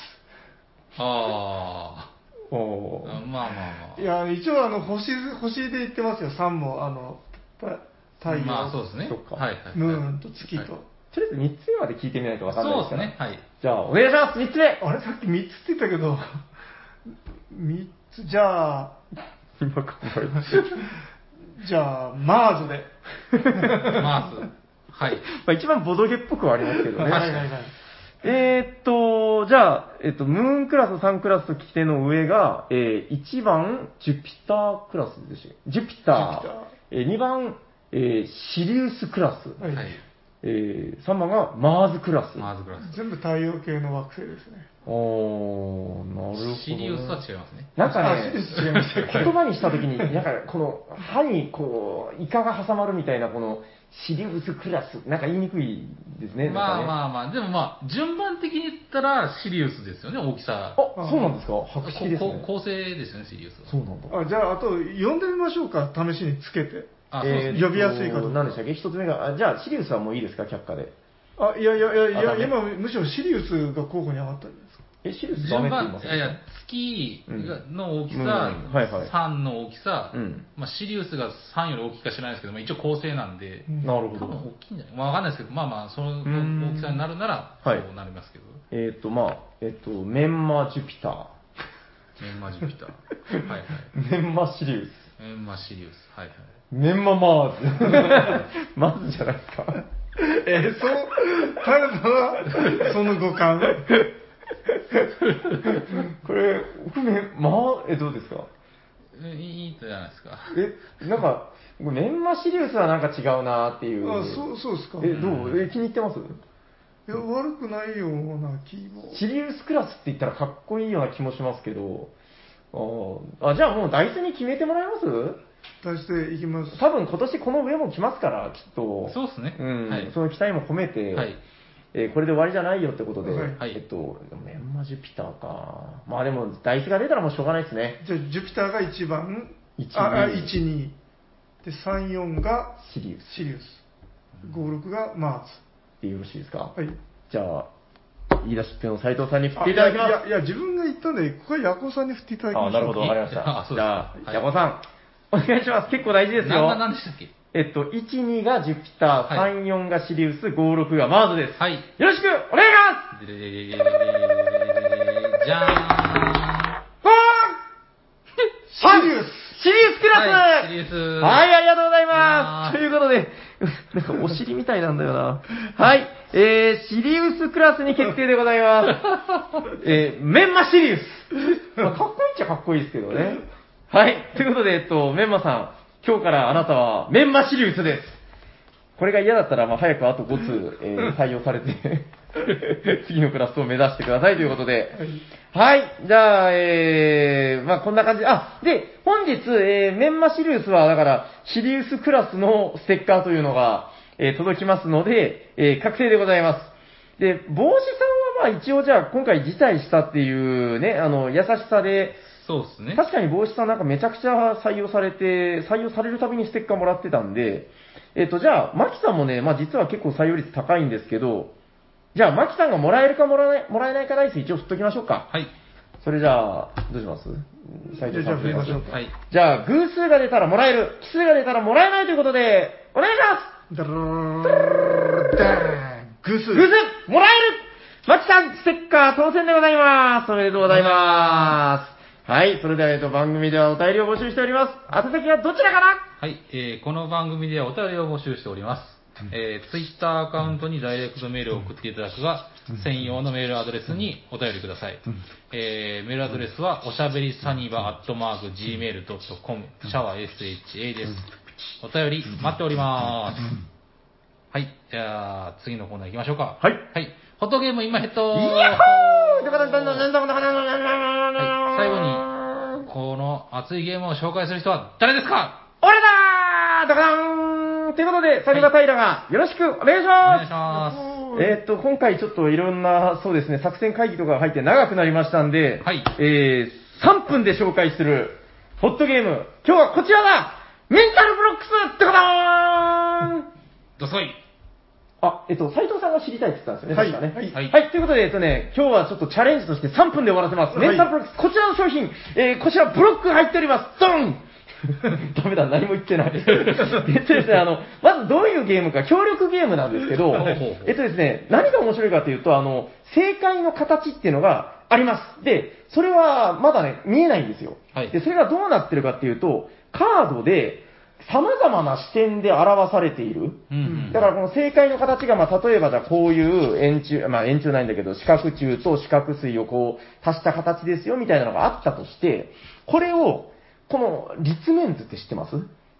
ああ。 おまあまあまあ。 いや、一応、あの、星、星で言ってますよ、さんも、あの、太陽。 まあ、そうですね。 そっか。 はいはい。 ムーンと月と。 とりあえずみっつめまで聞いてみないとわかんないですから。 そうですね。はい。 じゃあ、お願いしますみっつめあれさっきみっつって言ったけど、みっつ、じゃあ、 今考えましじゃあ、マーズで。 マーズ。はい。まあ一番ボドゲっぽくはありますけどね。 はいはいはい。 えーっと、じゃあ、えっと、ムーンクラス、さんクラスと規定の上が、えー、いちばん、ジュピタークラスでしたジュピター。えー、にばん、えー、シリウスクラス。 はい。 えー、さんばんがマーズクラス。 マーズクラス。 全部太陽系の惑星ですね。 おー、なるほど、ね。 シリウスは違いますね。 なんかね、 シリウス違いますよ言葉にしたときに、なんかこの歯にこう、イカが挟まるみたいなこのシリウスクラス、なんか言いにくいですね。 まあねまあまあ、でもまあ、順番的に言ったらシリウスですよね、大きさ。 あ、そうなんですか？白色ですね。 構成ですよね、シリウスは。 そうなんだ。 あ、じゃあ、あと、呼んでみましょうか、試しにつけて。 あ、そうですね。 呼びやすいかどうか。 何でしたっけ？一つ目が、あ、じゃあシリウスはもういいですか？却下で。 あ、いやいやいや、いや今、むしろシリウスが候補に上がったんですか。 え、シリウスダメって言いませんか？ いやいや、月の大きさ、 うんはいはい、 さんの大きさ、 うん、 まあ、シリウスがさんより大きいか知らないですけど、まあ、一応構成なんで、 うん、なるほど。 多分大きいんじゃない、まあ、わかんないですけど、まあまあ、その大きさになるなら、そうなりますけど。 はい、えっ、ー、と、まあ、えっ、ー、と、メンマジュピター。 メンマジュピター。はいはい。 メンマシリウス。 メンマシリウス。はいはい。 メンママーズ。マーズじゃないですか。 えー、そう、タルトは、その五感。 これ、メンマー、え、どうですか？ え、いいじゃないですか。 え、なんか、メンマシリウスはなんか違うなっていう。 あ、そう、そうですか。 え、どう？え、気に入ってます？ いや、悪くないような気も。 シリウスクラスって言ったらかっこいいような気もしますけど、ああ、じゃあもうダイスに決めてもらえます？ 出していきます。 多分今年この上も来ますから、きっと。 そうですね。 うん、 はい、 その期待も込めて、 はい、 えー、これで終わりじゃないよってことで、 はい、 えっと、メンマジュピターか。まあでも、ダイスが出たらもうしょうがないですね。 じゃあ、ジュピターがいちばん、 いち、 あ、いち、に。で、さん、よんがシリウス。 シリウス。ご、ろくがマーズ。 でよろしいですか？ はい。 じゃあ、言い出しっぺの斉藤さんに振っていただきます。 いや、いや、いや自分が言ったんで、ここはヤコさんに振っていただきます。 あ、なるほど、わかりました。じゃあ、ヤコさん、お願いします。結構大事ですよ。 何、何でしたっけ？ えっと、いち、にがジュピター、さん、よんがシリウス、ご、ろくがマーズです。 はい。 よろしくお願いします。 でーじゃーん。 ゴーシリウスシリウスクラス、 はい、シリウス。 はい、ありがとうございます。ということで、なんかお尻みたいなんだよな。はい、えー、シリウスクラスに決定でございます。えー、メンマシリウス。まあ、かっこいいっちゃかっこいいですけどね。はい、ということで、えっと、メンマさん、今日からあなたはメンマシリウスです。これが嫌だったら、まあ、早くあとごつう、えー、採用されて、次のクラスを目指してくださいということで。はい。じゃあ、えー、まあこんな感じで、あ、で、本日、えー、メンマシリウスは、だから、シリウスクラスのステッカーというのが、えー、届きますので、えー、確定でございます。で、帽子さんはまあ一応じゃあ、今回辞退したっていうね、あの、優しさで、 そうですね。 確かに帽子さんなんかめちゃくちゃ採用されて、採用されるたびにステッカーもらってたんで、えっと、じゃあ、マキさんもね、まあ実は結構採用率高いんですけど、じゃあ、マキさんがもらえるかもらえない、もらえないかダイス一応振っときましょうか。 はい。 それじゃあ、どうします斉藤さん。 じゃあ、振りましょうか。 はい。 じゃあ、偶数が出たらもらえる、奇数が出たらもらえないということで、お願いしますダラーダーン偶数偶数もらえるマキさん、ステッカー当選でございます。おめでとうございます。はい。それでは、えっと、番組ではお便りを募集しております。宛先はどちらかなはい、えー、この番組ではお便りを募集しております。えー、ツイッターアカウントにダイレクトメールを送っていただくが、専用のメールアドレスにお便りください。えー、メールアドレスは、おしゃべりサニバアットマーク ジーメールドットコム、シャワー エスエイチエー です。お便り待っております。はい、じゃあ、次のコーナー行きましょうか。 はい。 はい、ホットゲーム今ヘッド。 イヤッホーはい、最後に、この熱いゲームを紹介する人は誰ですか？ 俺だードカーンということで、サニバタイラがよろしくお願いします。お願いします。 えーっと、今回ちょっといろんな、そうですね、作戦会議とかが入って長くなりましたんで、 はい。 えー、さんぷんで紹介する、ホットゲーム。今日はこちらだメンタルブロックスドカーンどすこい。 あ、えっと、斉藤さんが知りたいって言ったんですよね、 はい確かね。 はいはい。はい、ということで、えっとね、今日はちょっとチャレンジとしてさんぷんで終わらせます。 はいメンタルブロックス、こちらの商品、えー、こちらブロック入っております。ドンダメだ、何も言ってない。えっとですね、あの、まずどういうゲームか、協力ゲームなんですけど、えっとですね、何が面白いかというと、あの、正解の形っていうのがあります。で、それはまだね、見えないんですよ。 はい。 で、それがどうなってるかっていうと、カードで、様々な視点で表されている。 うんうん、 だからこの正解の形が、まあ、例えばじゃあこういう円柱、まあ円柱ないんだけど、四角柱と四角錐をこう足した形ですよみたいなのがあったとして、これを、この立面図って知ってます？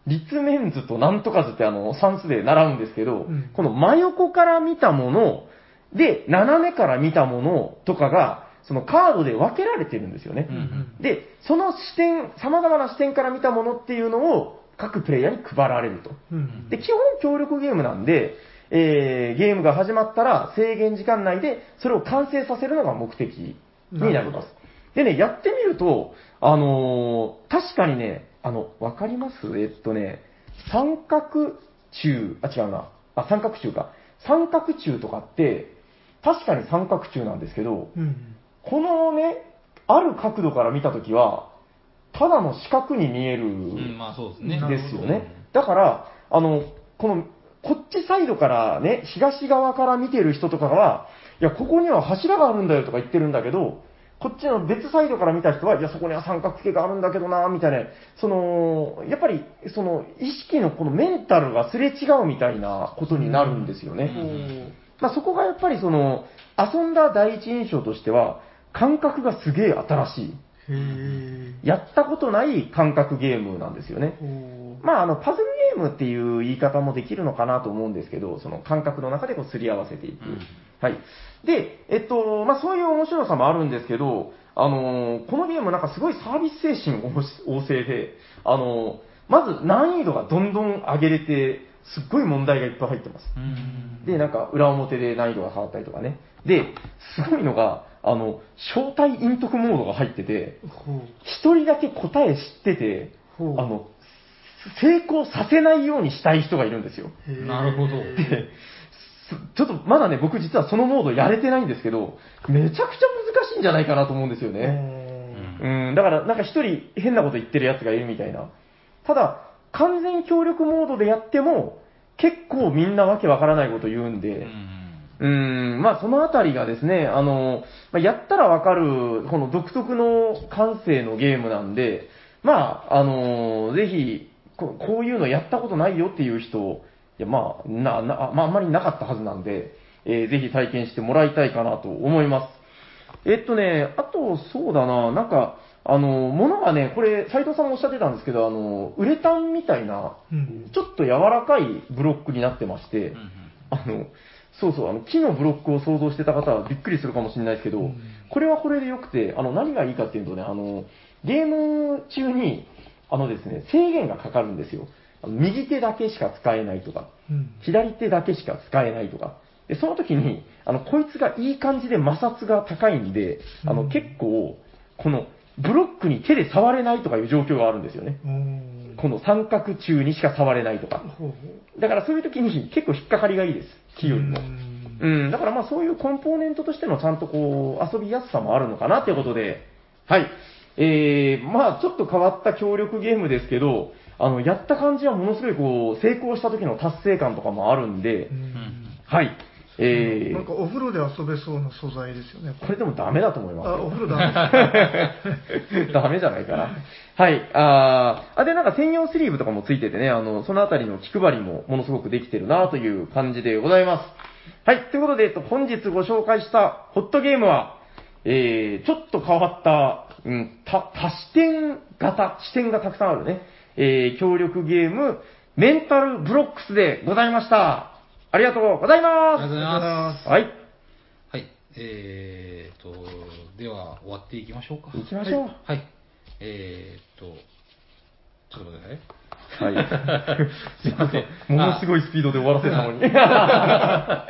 立面図となんとか図ってあの、算数で習うんですけど、うん、この真横から見たもの、で、斜めから見たものとかが、そのカードで分けられてるんですよね。うんうん、で、その視点、様々な視点から見たものっていうのを各プレイヤーに配られると。うんうん、で、基本協力ゲームなんで、えー、ゲームが始まったら制限時間内でそれを完成させるのが目的になります。でね、やってみると、あのー、確かにね、あの、わかります？えっとね、三角柱、あ、違うな。あ、三角柱か。三角柱とかって、確かに三角柱なんですけど、うん、このね、ある角度から見たときは、ただの四角に見えるんですよね。だから、あの、この、こっちサイドからね、東側から見てる人とかは、いや、ここには柱があるんだよとか言ってるんだけど、こっちの別サイドから見た人は、いや、そこには三角形があるんだけどな、みたいな、その、やっぱり、その、意識のこのメンタルがすれ違うみたいなことになるんですよね。うん、まあ、そこがやっぱりその、遊んだ第一印象としては、感覚がすげえ新しい。やったことない感覚ゲームなんですよね。まあ、あの、パズルゲームっていう言い方もできるのかなと思うんですけど、その感覚の中でこうすり合わせていく。うん、はい。で、えっと、まあ、そういう面白さもあるんですけど、あのー、このゲームなんかすごいサービス精神旺盛で、あのー、まず難易度がどんどん上げれて、すっごい問題がいっぱい入ってます。で、なんか裏表で難易度が変わったりとかね。で、すごいのが、あの、招待陰徳モードが入ってて、一人だけ答え知ってて、あの、成功させないようにしたい人がいるんですよ。 なるほど。 で、ちょっとまだね、僕実はそのモードやれてないんですけど、めちゃくちゃ難しいんじゃないかなと思うんですよね。うん、だからなんか一人変なこと言ってるやつがいるみたいな。ただ、完全協力モードでやっても、結構みんなわけわからないこと言うんで、うーん、まあそのあたりがですね、あの、まあ、やったらわかる、この独特の感性のゲームなんで、まあ、あの、ぜひこ、こういうのやったことないよっていう人、いや、まあ、な、な、まあ、あんまりなかったはずなんで、えー、ぜひ体験してもらいたいかなと思います。えっとね、あと、そうだな、なんか、あの、物がね、これ、斉藤さんもおっしゃってたんですけど、あの、ウレタンみたいな、ちょっと柔らかいブロックになってまして、うんうん、あの、そうそう、あの、木のブロックを想像してた方はびっくりするかもしれないですけど、うん、これはこれで良くて、あの、何がいいかっていうとね、あの、ゲーム中に、あのですね、制限がかかるんですよ。右手だけしか使えないとか、うん、左手だけしか使えないとか。で、その時に、あの、こいつがいい感じで摩擦が高いんで、あの、結構、この、ブロックに手で触れないとかいう状況があるんですよね。この三角柱にしか触れないとか。だからそういう時に結構引っかかりがいいです。木よりも。うん、だからまあそういうコンポーネントとしてのちゃんとこう、遊びやすさもあるのかなっていうことで、はい。えー、まあちょっと変わった協力ゲームですけど、あの、やった感じはものすごいこう、成功した時の達成感とかもあるんで、はい。えー、 なんかお風呂で遊べそうな素材ですよね。 これでもダメだと思いますよ。 あ、お風呂ダメダメじゃないかな。はい。あー、あ、で、なんか専用スリーブとかもついててね、あの、そのあたりの気配りもものすごくできてるなという感じでございます。はい。ということで、えっと、本日ご紹介したホットゲームは、えー、ちょっと変わった、うん、た、多視点型、視点がたくさんあるね、えー、協力ゲーム、メンタルブロックスでございました。ありがとうございます。ありがとうございます。 はい。 はい。えーと、では終わっていきましょうか。 行きましょう。 はい。えーと、ちょっと待ってください。 はい。すいません。ものすごいスピードで終わらせたのに。 はい、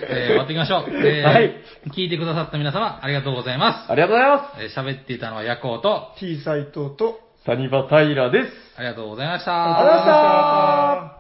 えー、終わっていきましょう。えー、 はい。 聞いてくださった皆様、ありがとうございます。 ありがとうございます。 えー、喋っていたのはヤコウと、 T 斎藤と、 サニバタイラです。 ありがとうございました。 ありがとうございました。